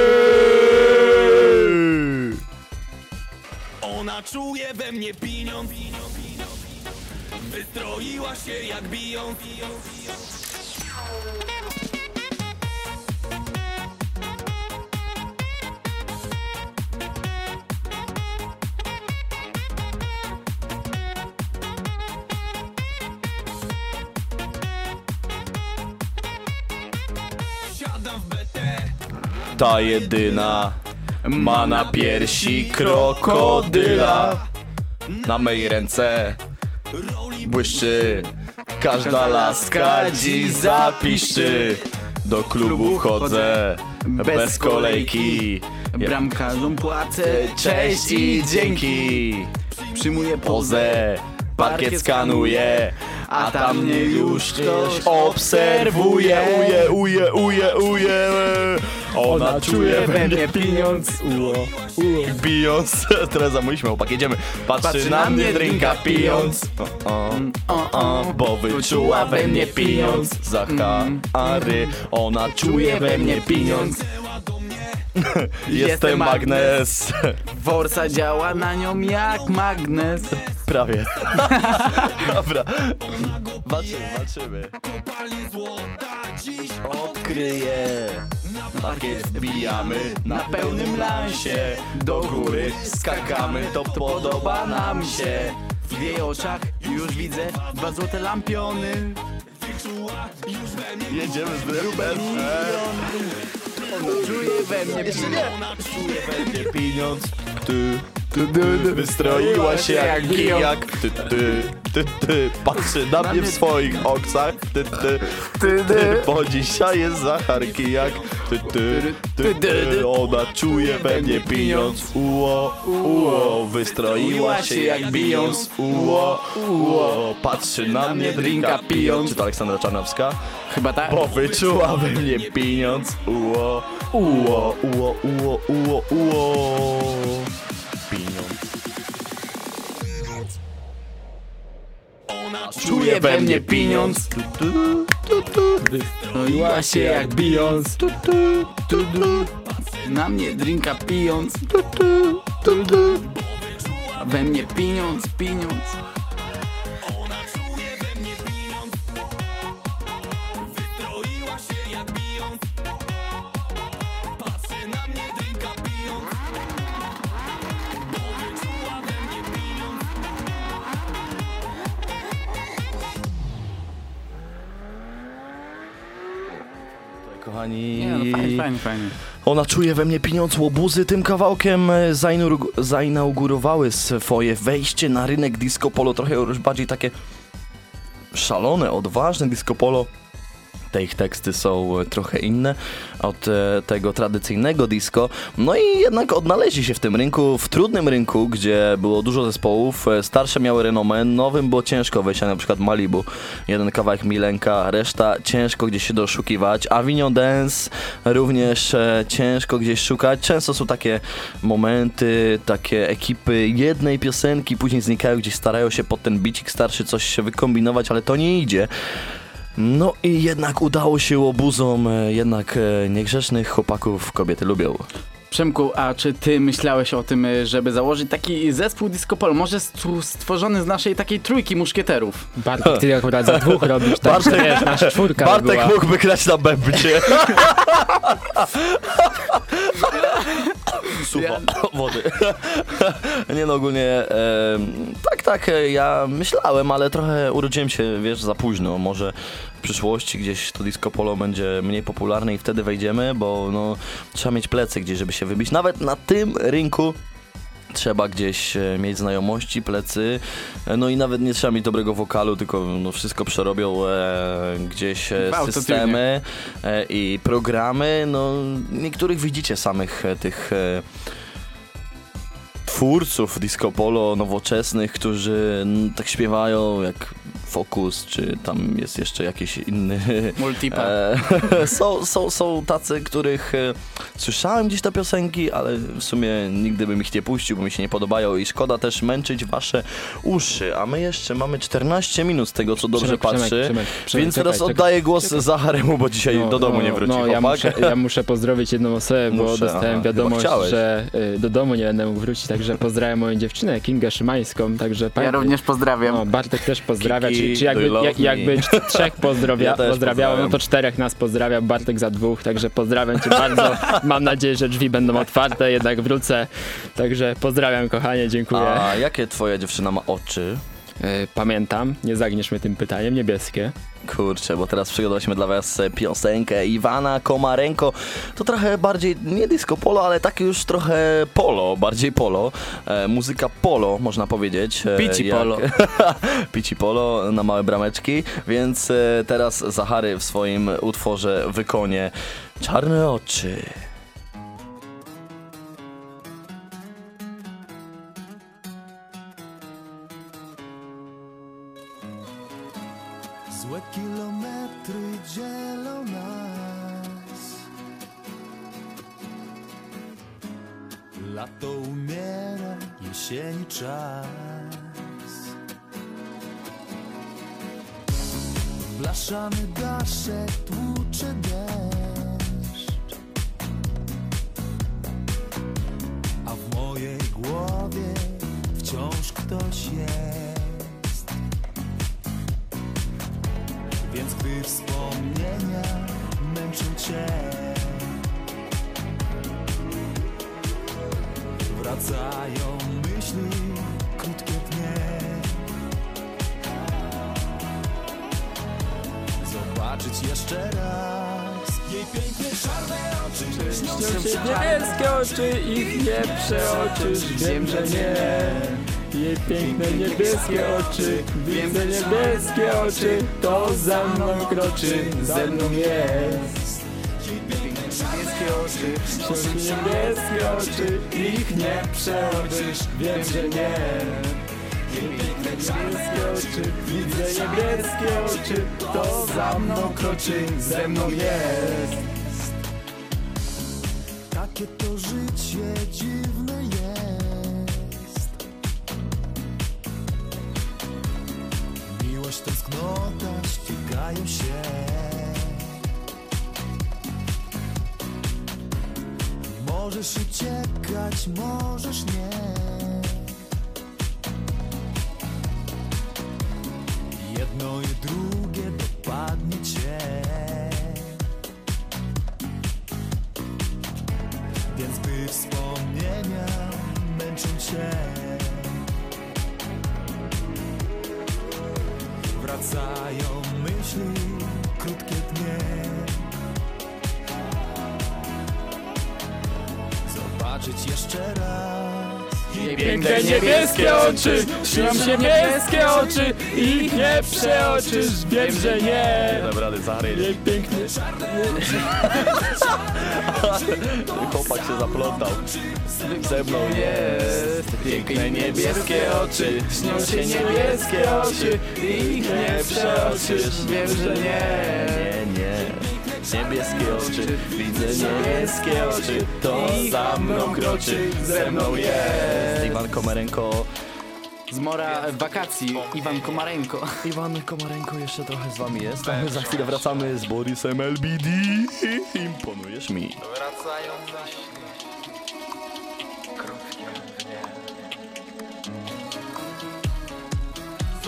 Ona czuje we mnie pieniądz, wystroiła się jak biją. Siadam w B T.
Ta jedyna ma na piersi krokodyla, na mej ręce błyszczy, każda laska dziś zapiszczy. Do klubu chodzę bez kolejki,
Bramkarzom płacę,
cześć i dzięki.
Przyjmuję
Pozę, parkiet skanuję, a tam mnie już ktoś obserwuje. Uje, uje, uje, uje. Ona czuje we mnie pieniądz, uo, uo. Bijąc, teraz za mój śmiałpak, jedziemy. Patrzy, Patrzy na mnie, drinka pijąc, o, o, o, o, bo wyczuła we mnie pieniądz. Zachary, ona czuje we mnie pieniądz. Jestem magnes.
Forsa działa na nią jak magnes.
Prawie. Dobra. Walczymy, walczymy. Odkryję. Parkiet wbijamy na pełnym lansie. Do góry skakamy, to podoba nam się.
W jej oczach już widzę dwa złote lampiony.
Jedziemy z Rubem.
Ona czuje we mnie pieniądz.
Ona czuje we mnie pieniądz. Ty, ty, ty, wystroiła się jak kijak. Ty, ty, ty, ty, patrzy na mnie w swoich oczach. Ty, ty, ty, ty, bo dzisiaj jest Zachar kijak. Ty, ty, ty, ty, ona czuje we mnie pieniądz. Uo, uo, wystroiła się jak bijąc. Uo, uo, patrzy na mnie drinka pijąc. Czy to Aleksandra Czarnowska?
Chyba tak.
Bo wyczuła we mnie pieniądz. Uo, uo, uo, uo, uo, uo. Pieniądz.
Ona
czuje we mnie pieniądz. Wystroiła się jak bijąc. Na mnie drinka pijąc. A we mnie pieniądz, pieniądz.
Ona czuje we mnie pieniądz, wystroiła się jak bijąc. Patrzy na mnie, drinka pijąc, bo wyczuła we mnie pieniądz.
Kochani,
Nie, no fajnie, fajnie, fajnie.
Ona czuje we mnie pieniądz. Łobuzy tym kawałkiem zainur- zainaugurowały swoje wejście na rynek disco polo. Trochę już bardziej takie szalone, odważne disco polo. Te ich teksty są trochę inne od e, tego tradycyjnego disco. No i jednak odnaleźli się w tym rynku, w trudnym rynku, gdzie było dużo zespołów. E, starsze miały renomę, nowym było ciężko wejść, na przykład Malibu. Jeden kawałek Milenka, reszta ciężko gdzieś się doszukiwać. Avignon Dance również e, ciężko gdzieś szukać. Często są takie momenty, takie ekipy jednej piosenki, później znikają, gdzieś starają się pod ten bicik starszy coś się wykombinować, ale to nie idzie. No i jednak udało się łobuzom, jednak niegrzecznych chłopaków kobiety lubią.
Przemku, a czy ty myślałeś o tym, żeby założyć taki zespół disco polo, może stworzony z naszej takiej trójki muszkieterów?
Bartek, ty akurat za dwóch robisz, tak,
Bartek,
wiesz, nasza czwórka by
Bartek
była.
mógłby grać na bębcie. Sucho, wody. Nie no, ogólnie e, tak, tak, e, ja myślałem, ale trochę urodziłem się, wiesz, za późno. Może w przyszłości gdzieś to disco polo będzie mniej popularne i wtedy wejdziemy, bo no, trzeba mieć plecy gdzieś, żeby się wybić. Nawet na tym rynku trzeba gdzieś e, mieć znajomości, plecy, e, no i nawet nie trzeba mieć dobrego wokalu, tylko no, wszystko przerobią e, gdzieś e, systemy e, i programy. No, niektórych widzicie samych e, tych e, twórców disco polo nowoczesnych, którzy n, tak śpiewają jak Focus, czy tam jest jeszcze jakiś inny.
Multipa.
E, są, są, są tacy, których e, słyszałem gdzieś te piosenki, ale w sumie nigdy bym ich nie puścił, bo mi się nie podobają i szkoda też męczyć wasze uszy. A my jeszcze mamy czternaście minut z tego, co dobrze
Przemek,
patrzy.
Przemek, Przemek, Przemek,
Więc
czekaj,
teraz
czekaj.
oddaję głos Zacharemu, bo dzisiaj
No,
do domu
no,
nie wróci
No, ja
chłopak.
muszę, ja muszę pozdrowić jedną osobę, bo
Muszę,
dostałem
aha,
wiadomość,
chyba chciałeś.
że y, do domu nie będę mógł wrócić, także pozdrawiam moją dziewczynę, Kingę Szymańską, także...
Ja również pozdrawiam.
No, Bartek też pozdrawia,
Kiki,
czy, czy jakby,
do you love
jak, jakby
me?
cz- trzech pozdrowia,
Ja też
pozdrawiało, no
pozdrawiam.
to czterech nas pozdrawia, Bartek za dwóch, także pozdrawiam cię bardzo. Mam nadzieję, że drzwi będą otwarte, jednak wrócę, także pozdrawiam kochanie, dziękuję.
A jakie twoja dziewczyna ma oczy?
Y, pamiętam, nie zagniesz mnie tym pytaniem, niebieskie.
Kurczę, bo teraz przygotowaliśmy dla was piosenkę Iwana Komarenko. To trochę bardziej, nie disco polo, ale takie już trochę polo, bardziej polo. E, muzyka polo, można powiedzieć. E,
Pici
jak-
polo.
Pici polo na małe brameczki. Więc e, teraz Zachary w swoim utworze wykonie Czarne oczy.
Złe kilometry dzielą nas. Lato umiera, jesieni czas. Blaszany daszek tłucze deszcz, a w mojej głowie wciąż ktoś jest. Więc gdy wspomnienia męczą cię, wracają myśli, krótkie dnie. Zobaczyć jeszcze raz jej piękne czarne oczy.
Śnią się niebieskie oczy, ich nie przeoczysz, wiem, że nie. Jej piękne niebieskie oczy, widzę niebieskie oczy, to za mną kroczy, ze mną jest.
Niebieskie oczy,
Śnią się niebieskie oczy, ich nie przeoczysz, wiem, że nie. Jej piękne niebieskie oczy, widzę niebieskie oczy, to za mną kroczy, ze mną jest.
Takie to życie dziwne jest. Miłość, tęsknota ścigają się. Możesz uciekać, możesz nie. Jedno i drugie dopadnie cię. Więc gdy wspomnienia męczą cię, wracają myśli, krótkie dnie. Zobaczyć jeszcze raz
Jej piękne niebieskie oczy, śnią się niebieskie oczy, ich nie przeoczysz, wiem, że nie.
Nie dam rady, Zachary.
Jej piękne...
Chłopak się zaplątał. Ze mną jest piękne niebieskie oczy,
Śnią się niebieskie oczy, ich nie przeoczysz, wiem, że nie.
Nie, nie. Niebieskie oczy, widzę niebieskie oczy, to za mną kroczy, ze mną jest. Iwan Komarenko.
z Mora Wakacji, Iwan Komarenko.
Iwan Komarenko jeszcze trochę z wami jest, a my za chwilę wracamy z Borysem L B D. Imponujesz mi.
Wracają myśli.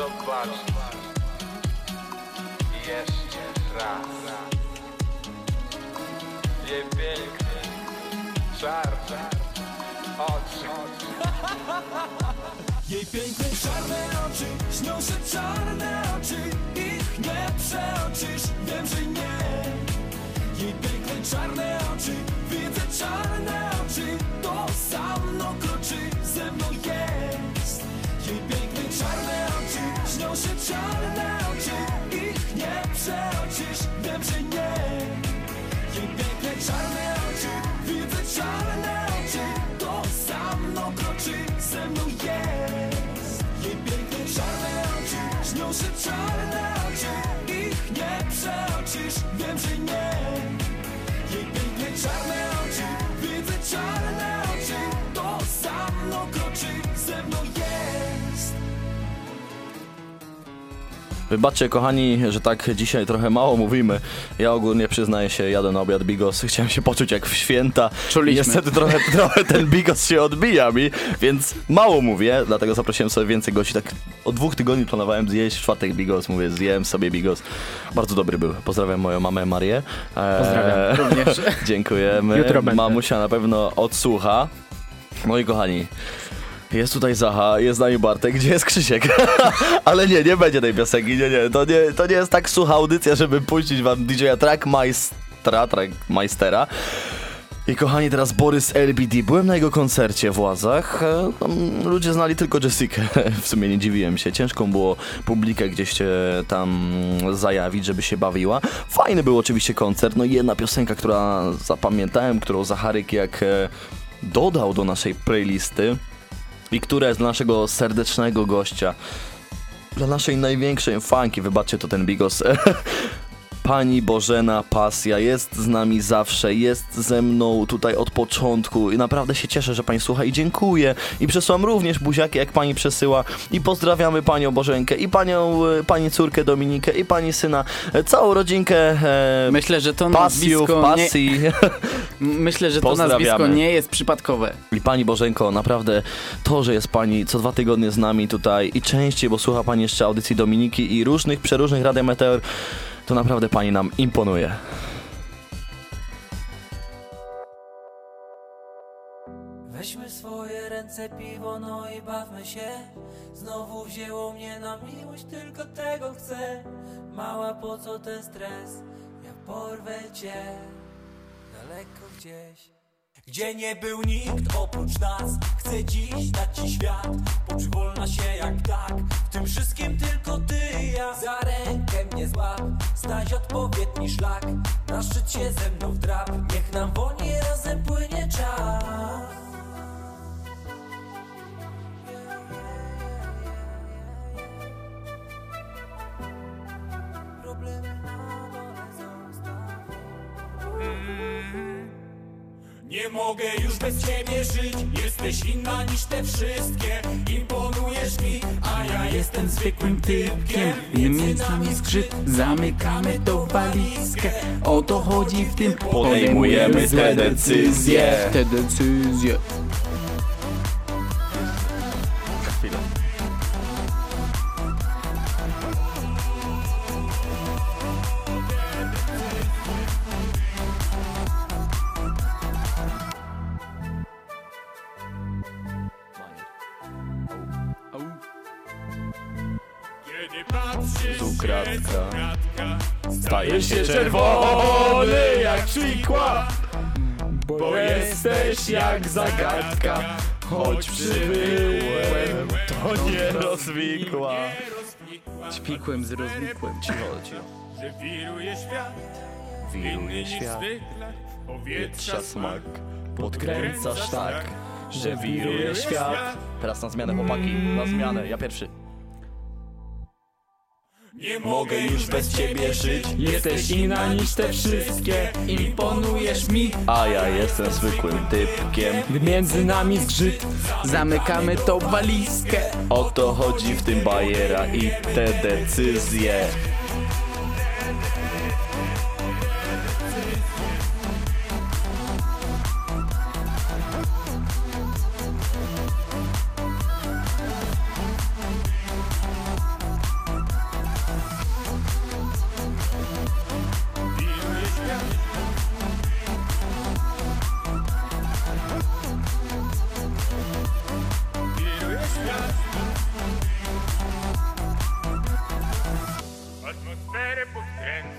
Zobacz jeszcze raz jej piękne, czarne oczy.
Jej piękne czarne oczy, śnią się czarne oczy. Ich nie przeoczysz, wiem, że nie. Jej piękne czarne oczy, widzę czarne oczy. To za mną kroczy, ze mną jest. Jej piękne czarne oczy, śnią się czarne oczy. Ich nie przeoczysz, wiem, że nie. Jej piękne czarne oczy, widzę czarne oczy. To za mną kroczy, ze mną jest. Jej piękne czarne oczy, śnią się czarne oczy. Ich nie przeoczysz, wiem, że nie. Jej piękne czarne oczy, widzę czarne oczy. To za mną kroczy, ze mną jest.
Wybaczcie kochani, że tak dzisiaj trochę mało mówimy. Ja ogólnie przyznaję się, jadę na obiad bigos, chciałem się poczuć jak w święta.
Czuliśmy.
Niestety trochę, trochę ten bigos się odbija mi, więc mało mówię, dlatego zaprosiłem sobie więcej gości. Tak od dwóch tygodni planowałem zjeść w czwartek bigos, mówię zjem sobie bigos. Bardzo dobry był. Pozdrawiam moją mamę Marię. Eee,
Pozdrawiam również.
Dziękujemy.
Jutro będę.
Mamusia na pewno odsłucha. Moi kochani, jest tutaj Zacha, jest z nami Bartek, gdzie jest Krzysiek? Ale nie, nie będzie tej piosenki, nie, nie, to nie, to nie jest tak sucha audycja, żeby puścić wam D J-a Trackmeistera, Trackmeistera. I kochani, teraz Borys L B D. Byłem na jego koncercie w Łazach. Tam ludzie znali tylko Jessikę. W sumie nie dziwiłem się. Ciężko było publikę gdzieś tam zajawić, żeby się bawiła. Fajny był oczywiście koncert. No i jedna piosenka, która zapamiętałem, którą Zacharyk jak dodał do naszej playlisty i która jest dla naszego serdecznego gościa, dla naszej największej fanki, wybaczcie, to ten bigos. Pani Bożena Pasja jest z nami zawsze, jest ze mną tutaj od początku i naprawdę się cieszę, że pani słucha i dziękuję. I przesyłam również buziaki, jak pani przesyła. I pozdrawiamy panią Bożenkę, i panią, pani córkę Dominikę, i pani syna, całą rodzinkę. E,
Myślę, że to
pasjów,
nazwisko
pasji.
Nie... Myślę, że to nazwisko nie jest przypadkowe.
I pani Bożenko, naprawdę to, że jest pani co dwa tygodnie z nami tutaj i częściej, bo słucha pani jeszcze audycji Dominiki i różnych, przeróżnych Radia Meteor, to naprawdę pani nam imponuje.
Weźmy swoje ręce, piwo, no i bawmy się. Znowu wzięło mnie na miłość, tylko tego chcę. Mała, po co ten stres? Ja porwę cię daleko gdzieś, gdzie nie był nikt oprócz nas. Chcę dziś dać ci świat, poczuj wolna się jak tak. W tym wszystkim tylko ty i ja. Za rękę mnie złap, znajdź odpowiedni szlak. Na szczyt się ze mną wdrap, niech nam wolniej razem płynie czas. Problemy na dole zostawię.
Nie mogę już bez ciebie żyć. Jesteś inna niż te wszystkie. Imponujesz mi, a ja jestem zwykłym typkiem.
Między nami zgrzyt, zamykamy tą walizkę. O to chodzi w tym,
podejmujemy te decyzje.
Te decyzje.
Chwilę.
Kiedy patrzysz
Tu kratka
staje
się
czerwony jak szwikła, bo jesteś jak zagadka.
choć przybyłem, to nie rozwikła.
Ćwikłem z rozwikłem.
Cicho, cicho.
Że wiruje świat,
Wiruje świat,
zwykle
powietrza smak, podkręcasz tak, że wiruje świat. Teraz na zmianę, chłopaki, na zmianę, ja pierwszy.
Nie mogę już bez ciebie żyć.
Jesteś inna niż te wszystkie. Imponujesz mi,
A ja jestem zwykłym typkiem.
Gdy między nami zgrzyt,
zamykamy tą walizkę.
O to chodzi w tym bajera i te decyzje.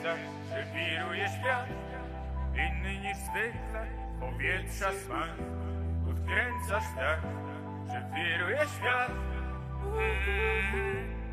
tak, że wiruje świat, inny niż zwykle, powietrza smak. Odkręcasz tak, że wiruje świat. Mm.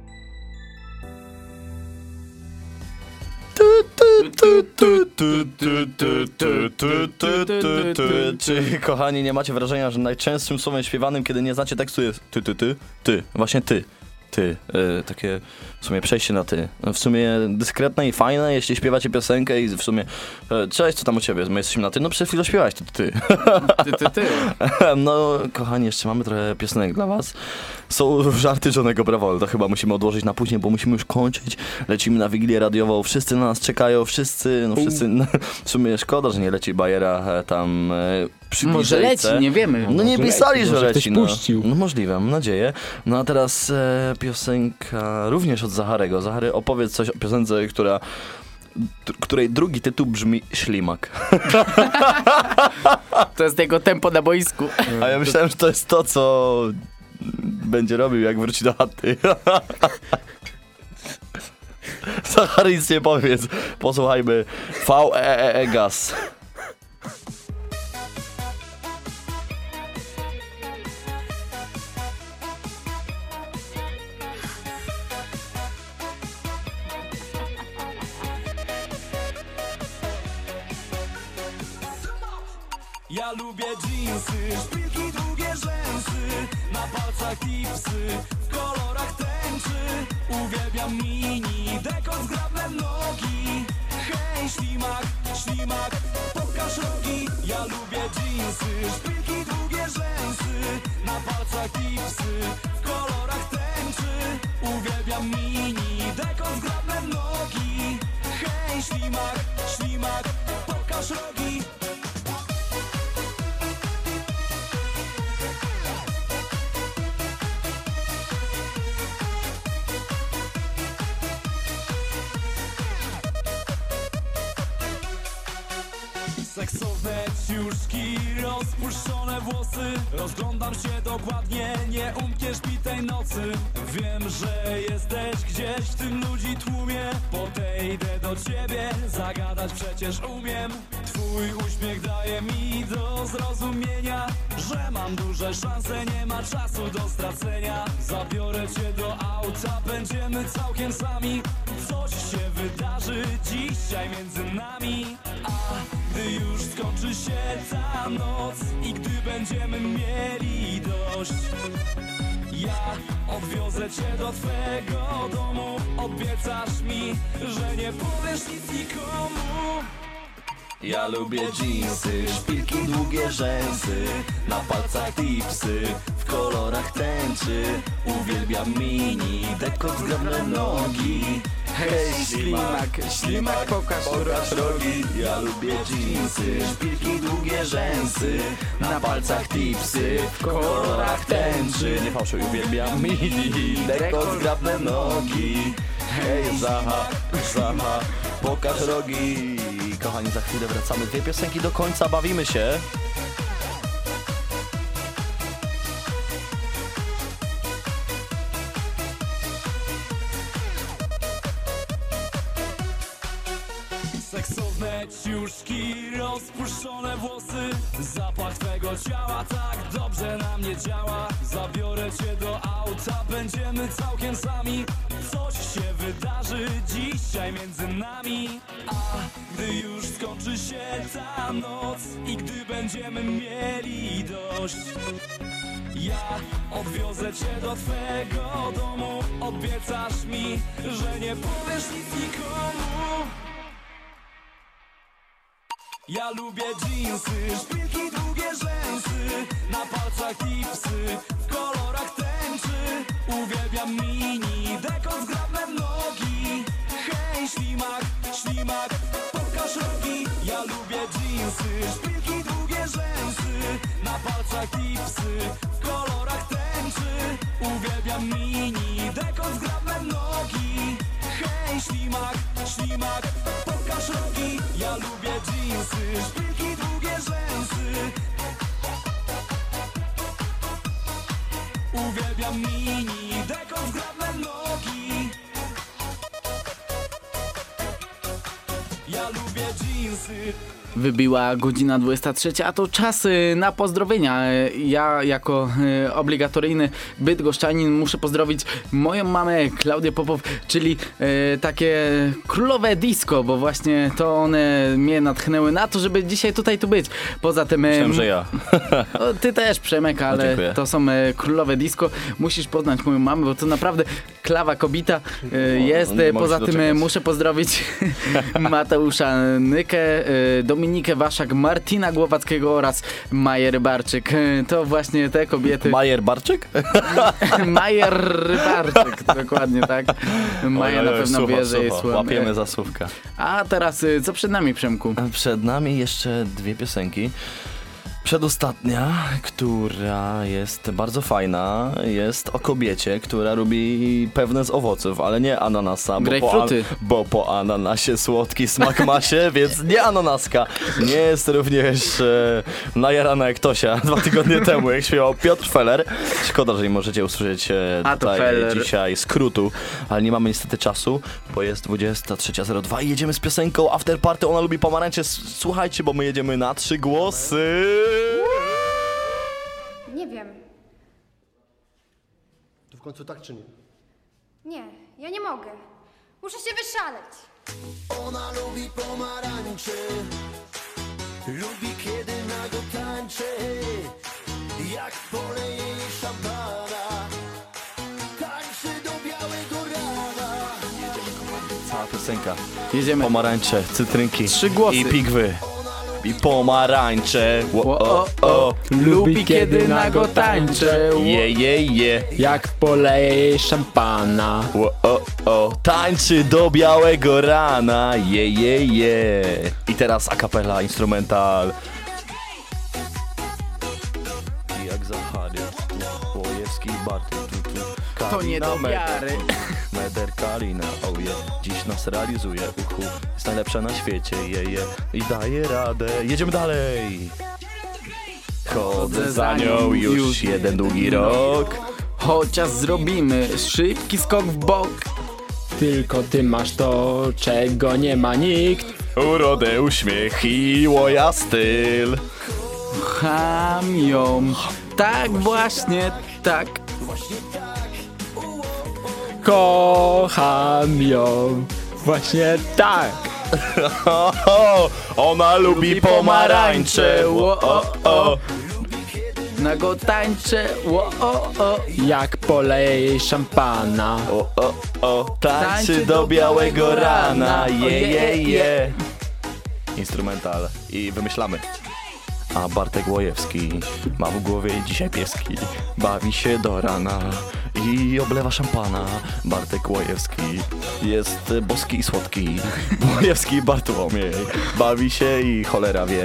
Czy, kochani, nie macie wrażenia, że najczęstszym słowem śpiewanym, kiedy nie znacie tekstu, jest ty, ty, ty, ty, właśnie ty, ty, yy, takie w sumie przejście na ty. W sumie dyskretne i fajne, jeśli śpiewacie piosenkę i w sumie yy, cześć, co tam u ciebie, my jesteśmy na ty, no przed chwilą śpiewałeś, ty, ty,
Ty, ty, ty.
No, kochani, jeszcze mamy trochę piosenek dla was. Są żarty Johnnego Bravo, ale to chyba musimy odłożyć na później, bo musimy już kończyć. Lecimy na Wigilię radiową, wszyscy na nas czekają, wszyscy, no wszyscy, no, w sumie szkoda, że nie leci Bajera e, tam e, przy
Może
D J-ce.
leci, nie wiemy.
No nie
Może
pisali,
leci,
że
może
leci,
ktoś
no.
puścił.
No możliwe, mam nadzieję. No a teraz e, piosenka również od Zacharego. Zachary, opowiedz coś o piosence, która d- której drugi tytuł brzmi Ślimak.
To jest jego tempo na boisku.
A ja myślałem, że to jest to, co będzie robił, jak wróci do chaty. Zachary, nic nie powiedz. Posłuchajmy V E E E Gaz.
Ja lubię dżinsy, szpilki, długie rzęsy, na palcach tipsy, w kolorach tęczy. Uwielbiam mini, dekot, zgrabne nogi. Hej, ślimak, ślimak, pokaż rogi. Ja lubię dżinsy, szpilki, długie rzęsy, na palcach tipsy, w kolorach tęczy. Uwielbiam mini, dekot, zgrabne nogi. Hej, ślimak, ślimak, pokaż rogi. Seksowne ciuszki, rozpuszczone włosy. Rozglądam się dokładnie, nie umkniesz mi tej nocy. Wiem, że jesteś gdzieś w tym ludzi tłumie. Podejdę do ciebie, zagadać przecież umiem. Twój uśmiech daje mi do zrozumienia, że mam duże szanse, nie ma czasu do stracenia. Zabiorę cię do auta, będziemy całkiem sami. Coś się wydarzy dzisiaj między nami. A gdy już skończy się ta noc i gdy będziemy mieli dość, ja odwiozę cię do twego domu. Obiecasz mi, że nie powiesz nic nikomu.
Ja lubię dżinsy, szpilki, długie rzęsy, na palcach tipsy, w kolorach tęczy. Uwielbiam mini, dekot, zgrabne nogi. Hej, ślimak, ślimak, pokaż, pokaż rogi. Ja lubię dżinsy, szpilki, długie rzęsy, na palcach tipsy, w kolorach tęczy. Nie fałszuj, uwielbiam mini, dekot, zgrabne nogi. Hej, Zaha, Zaha, pokaż rogi. Kochani, za chwilę wracamy. Dwie piosenki do końca, bawimy się.
Seksowne ciuszki, rozpuszczone włosy. Zapach twego ciała tak dobrze na mnie działa. Zabiorę cię do auta, będziemy całkiem sami. Coś się wydarzy dzisiaj między nami. A gdy już skończy się ta noc i gdy będziemy mieli dość, ja odwiozę cię do twego domu. Obiecasz mi, że nie powiesz nic nikomu. Ja lubię dżinsy, szpilki, długie rzęsy, na palcach tipsy, w kolorach tęczy. Uwielbiam mini, dekot, zgrabne nogi. Hej, ślimak, ślimak, pokaż rogi. Ja lubię dżinsy, szpilki, długie rzęsy, na palcach tipsy, w kolorach tęczy. Uwielbiam mini, dekot, zgrabne nogi. Hej, ślimak, ślimak, pokaż rogi. Ja lubię dżinsy, szpilki, długie rzęsy. Uwielbiam mini, dekot, zgrabne nogi. dżinsy.
Wybiła godzina dwudziesta trzecia, a to czas y, na pozdrowienia. Y, Ja jako y, obligatoryjny bydgoszczanin muszę pozdrowić moją mamę Klaudię Popow, czyli y, takie królowe disco, bo właśnie to one mnie natchnęły na to, żeby dzisiaj tutaj tu być. Poza tym... y,
Myślałem, że ja.
O, ty też, Przemek, ale
dziękuję.
to są y, królowe disco. Musisz poznać moją mamę, bo to naprawdę klawa kobita y, jest.
nie mogę
Poza
się
tym y,
doczekać.
muszę pozdrowić Mateusza Nykę, y, Dominikę Waszak, Martina Głowackiego oraz Maję Rybarczyk. Y, To właśnie te kobiety.
Majer Barczyk?
Majer Rybarczyk, dokładnie tak. Maja
Oj,
na
oj,
pewno
słucha,
wie, że jest
słucha.
słaba.
Łapiemy za słówka.
A teraz y, co przed nami, Przemku?
Przed nami jeszcze dwie piosenki. Przedostatnia, która jest bardzo fajna, jest o kobiecie, która lubi pewne z owoców, ale nie ananasa, bo po, an-
Grejpfruty.
bo po ananasie słodki smak ma się, więc nie ananaska. Nie jest również e, najarana jak Tosia dwa tygodnie temu, jak śpiewał Piotr Feller. Szkoda, że nie możecie usłyszeć e,
A to
tutaj
Feller.
dzisiaj skrótu, ale nie mamy niestety czasu, bo jest dwudziesta trzecia zero dwa i jedziemy z piosenką After Party, ona lubi pomarańcze. S- Słuchajcie, bo my jedziemy na trzy głosy.
Nie wiem.
To w końcu tak czy nie?
Nie, ja nie mogę. Muszę się wyszaleć.
Ona lubi pomarańcze, lubi kiedy nago tańczy, jak poleje jej szampana, tańczy do białego rana.
Cała piosenka.
Jedziemy.
Pomarańcze, cytrynki
Trzy głosy.
i pigwy. I pomarańcze. Wo, o, o.
Lubi kiedy nago tańczę.
Je, je, je.
Jak poleje jej szampana.
Wo, o, o. Tańczy do białego rana. Je, je, je. I teraz a cappella, instrumental. I jak Zachary, tu, Łojewski, Barty, tu, tu.
To nie do
Kalina,
wiary.
Meder Kalina, oh yeah. Dziś nas realizuje, uchu. Jest najlepsza na świecie, je, je. I daje radę. Jedziemy dalej. Chodzę za nią już jeden długi rok.
Chociaż zrobimy szybki skok w bok.
Tylko ty masz to, czego nie ma nikt.
Urodę, uśmiech i łoja styl.
Kocham ją. Tak właśnie, tak.
Kocham ją. Właśnie tak.
Ona lubi pomarańcze. Wo, o, o.
Nago tańczę. Wo, o, o.
Jak poleje jej szampana.
O, o, o. Tańczy do białego rana. Je, je, je. Instrumental. I wymyślamy. A Bartek Łojewski ma w głowie dzisiaj pieski. Bawi się do rana i oblewa szampana. Bartek Łojewski jest boski i słodki. Łojewski Bartłomiej bawi się i cholera wie.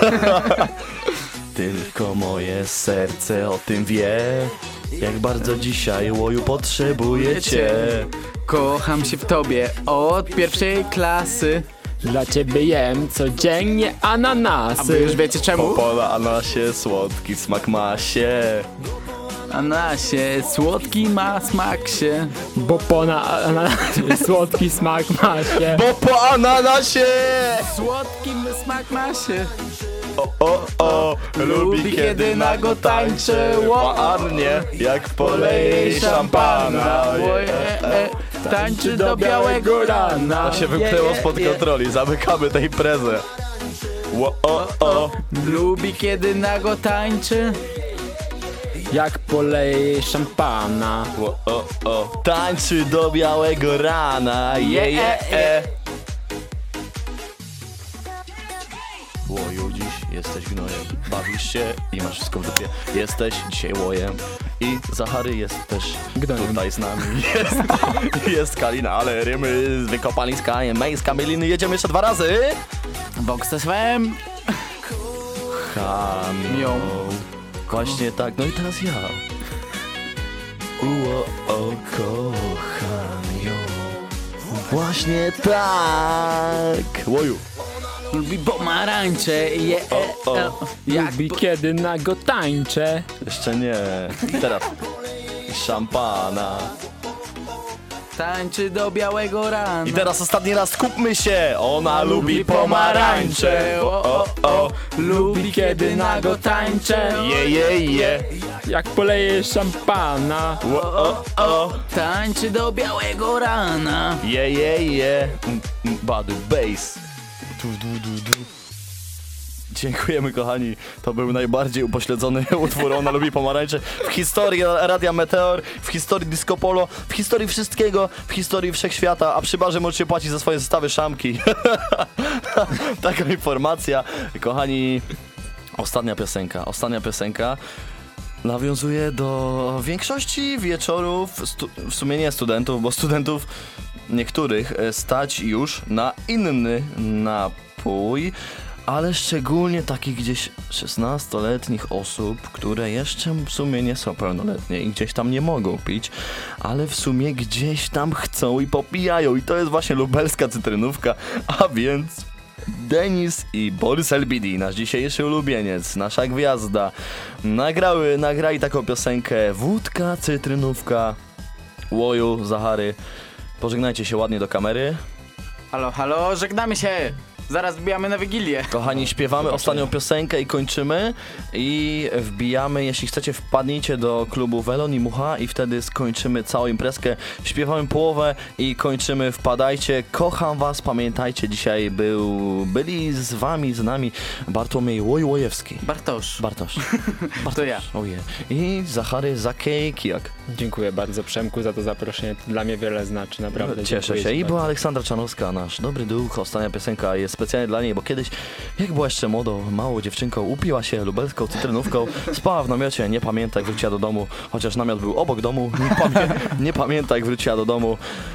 Tylko moje serce o tym wie. Jak bardzo dzisiaj, Łoju, potrzebuję cię.
Kocham się w tobie od pierwszej klasy.
Dla ciebie jem codziennie ananasy.
A wy już wiecie czemu?
Po na anasie słodki smak ma się.
Anasie, słodki ma smak się.
Bo po na ananasie słodki smak ma się.
Bo po ananasie
Słodki smak ma się.
O, o, o, lubi kiedy nago tańczę. Ładnie, jak poleje jej szampana.
Oje, e, tańczy do białego rana.
To się wymknęło spod kontroli, zamykamy tę imprezę. Wo, o, o.
Lubi kiedy nago tańczy.
Jak poleje jej szampana.
Wo, o, o. Tańczy do białego rana. Je, je, e. Łoju, dziś jesteś gnojem. Bawisz się i masz wszystko w dupie. Jesteś dzisiaj łojem. I Zachary jest też
Gnojem.
tutaj z nami. Jest, jest Kalina, ale rymy z wykopaliska, Miejska, Mieliny. Jedziemy jeszcze dwa razy.
Vox F M.
Chamią. Właśnie tak, no i teraz ja. Uo, o, kocham ją. Właśnie tak. Łoju.
Lubi pomarańcze. Je, e,
O, o.
e, jak
Lubi
po-
kiedy nago tańczę.
Jeszcze nie. Teraz. Szampana.
Tańczy do białego rana.
I teraz ostatni raz skupmy się. Ona lubi pomarańcze. O, o, o.
Lubi kiedy nago tańczę.
Je, je, je.
Jak poleje szampana.
O, o, o.
Tańczy do białego rana.
Je, je, je. Mm, mm, Bad bass. Du, du, du, du. Dziękujemy, kochani. To był najbardziej upośledzony utwór Ona lubi pomarańcze w historii Radia Meteor, w historii Disco Polo, w historii wszystkiego, w historii wszechświata, a przy barze możecie płacić za swoje zestawy szamki. Taka informacja. Kochani, ostatnia piosenka. Ostatnia piosenka nawiązuje do większości wieczorów, stu- w sumie nie studentów, bo studentów niektórych stać już na inny napój, ale szczególnie takich gdzieś szesnastoletnich osób, które jeszcze w sumie nie są pełnoletnie i gdzieś tam nie mogą pić, ale w sumie gdzieś tam chcą i popijają. I to jest właśnie lubelska cytrynówka, a więc Denis i Borys L B D, nasz dzisiejszy ulubieniec, nasza gwiazda, nagrały, nagrali taką piosenkę Wódka, cytrynówka, łoju, Zachary. Pożegnajcie się ładnie do kamery.
Halo, halo, żegnamy się! Zaraz wbijamy na Wigilię.
Kochani, śpiewamy ostatnią piosenkę i kończymy. I wbijamy, jeśli chcecie, wpadnijcie do klubu Welon i Mucha i wtedy skończymy całą imprezkę. Śpiewamy połowę i kończymy. Wpadajcie, kocham was, pamiętajcie, dzisiaj był, byli z wami, z nami Bartłomiej Łojłojewski.
Bartosz.
Bartosz. Bartosz.
To ja.
Oje. I Zachary Zakejkiak.
Dziękuję bardzo, Przemku, za to zaproszenie. To dla mnie wiele znaczy, naprawdę.
Cieszę
Dziękuję
się.
ci
I
bardzo.
była Aleksandra Czanowska, nasz dobry duch. Ostatnia piosenka jest specjalnie dla niej, bo kiedyś, jak była jeszcze młodą, małą dziewczynką, upiła się lubelską cytrynówką, spała w namiocie, nie pamięta jak wróciła do domu, chociaż namiot był obok domu, nie, pamię nie pamięta jak wróciła do domu.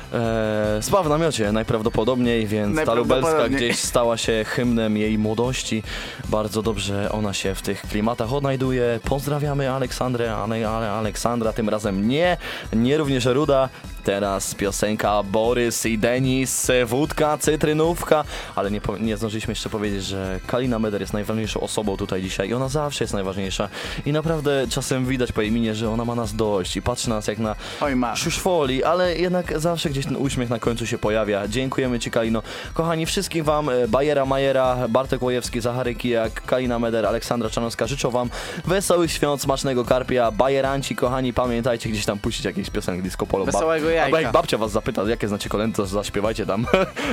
Eee, spała w namiocie najprawdopodobniej, więc ta lubelska gdzieś stała się hymnem jej młodości. Bardzo dobrze ona się w tych klimatach odnajduje. Pozdrawiamy Aleksandrę, ale, ale Aleksandra tym razem nie, nie również Ruda. Teraz piosenka Borys i Denis, wódka, cytrynówka, ale nie, nie zdążyliśmy jeszcze powiedzieć, że Kalina Meder jest najważniejszą osobą tutaj dzisiaj i ona zawsze jest najważniejsza i naprawdę czasem widać po jej minie, że ona ma nas dość i patrzy na nas jak na szuszwoli, ale jednak zawsze gdzieś ten uśmiech na końcu się pojawia. Dziękujemy ci, Kalino. Kochani, wszystkim wam, Bajera Majera, Bartek Łojewski, Zachary Kijak, Kalina Meder, Aleksandra Czanowska życzą wam wesołych świąt, smacznego karpia. Bajeranci, kochani, pamiętajcie gdzieś tam puścić jakieś piosenki Disco Polo.
Wesołego jajka.
Albo jak babcia was zapyta, jakie znacie kolędy, to zaśpiewajcie tam.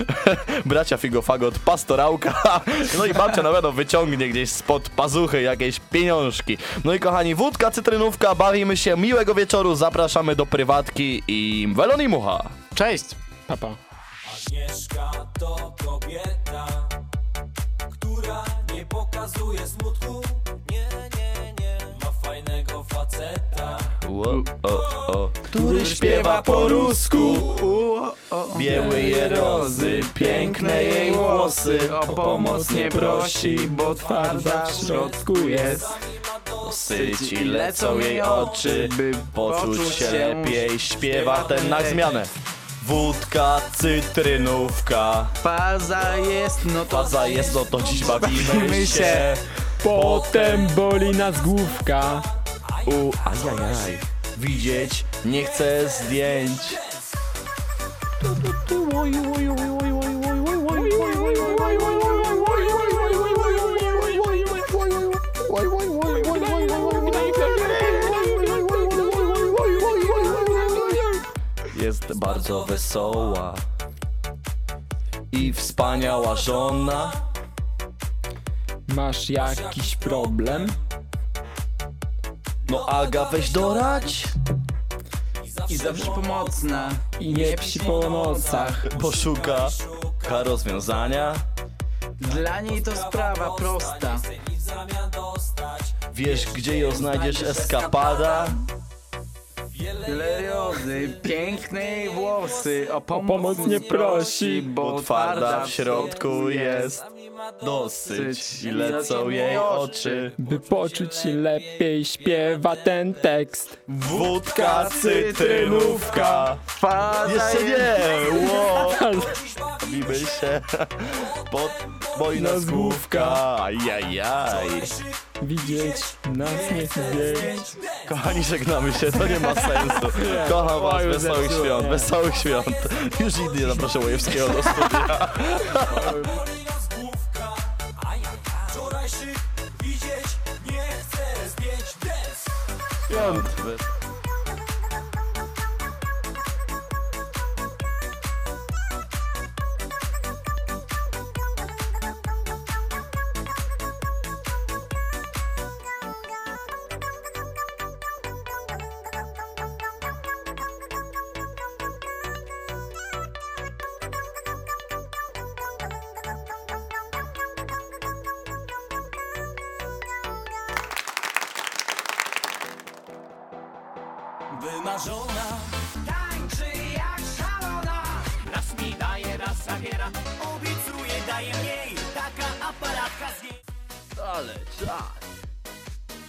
Bracia Figofagot, Pastorałka. No i babcia na pewno wyciągnie gdzieś spod pazuchy jakieś pieniążki. No i kochani, wódka, cytrynówka, bawimy się, miłego wieczoru, zapraszamy do prywatki i Welon i Mucha.
Cześć!
Pa, pa.
Agnieszka to kobieta, która nie pokazuje smutku. Nie, nie, nie. Ma fajnego faceta,
Ło, o, o.
Który śpiewa po rusku.
Białe je rozy, piękne jej włosy.
O pomoc nie prosi, bo twarda w środku jest.
Dosyć i lecą jej oczy, by poczuć się lepiej. Śpiewa ten na zmianę. Wódka, cytrynówka.
Faza jest, no to
Faza jest, no to dziś bawimy się.
Potem boli nas główka.
U, ajajaj. Widzieć nie chcę zdjęć. Jest bardzo wesoła i wspaniała żona.
Masz jakiś problem?
No Aga, weź dorać.
i zawsze pomocna.
I nie psi po nocach.
Poszuka rozwiązania.
Dla niej to sprawa prosta.
Wiesz, gdzie ją znajdziesz, eskapada?
Lerozy, piękne włosy, o pomoc,
pomoc nie prosi,
Bo twarda w środku jest. Dosyć i lecą jej oczy.
By poczuć się lepiej, śpiewa ten tekst.
Wódka, cytrynówka. Jeszcze nie! Wow. Bimy się. Pod, boi nas główka. Ajajaj.
Widzieć nas nie zdjęć.
Kochani, żegnamy się, to nie ma sensu. Kocham was, wesołych świąt, wesołych świąt. Już nigdy nie zaproszę Łojewskiego do studia.
Wczorajszy widzieć nie chcę zbieć dance.
Świąt.
Wymarzona tańczy jak szalona. Raz mi daje, raz zabiera. Obiecuje, daje mniej. Taka aparatka z niej.
Ale czas.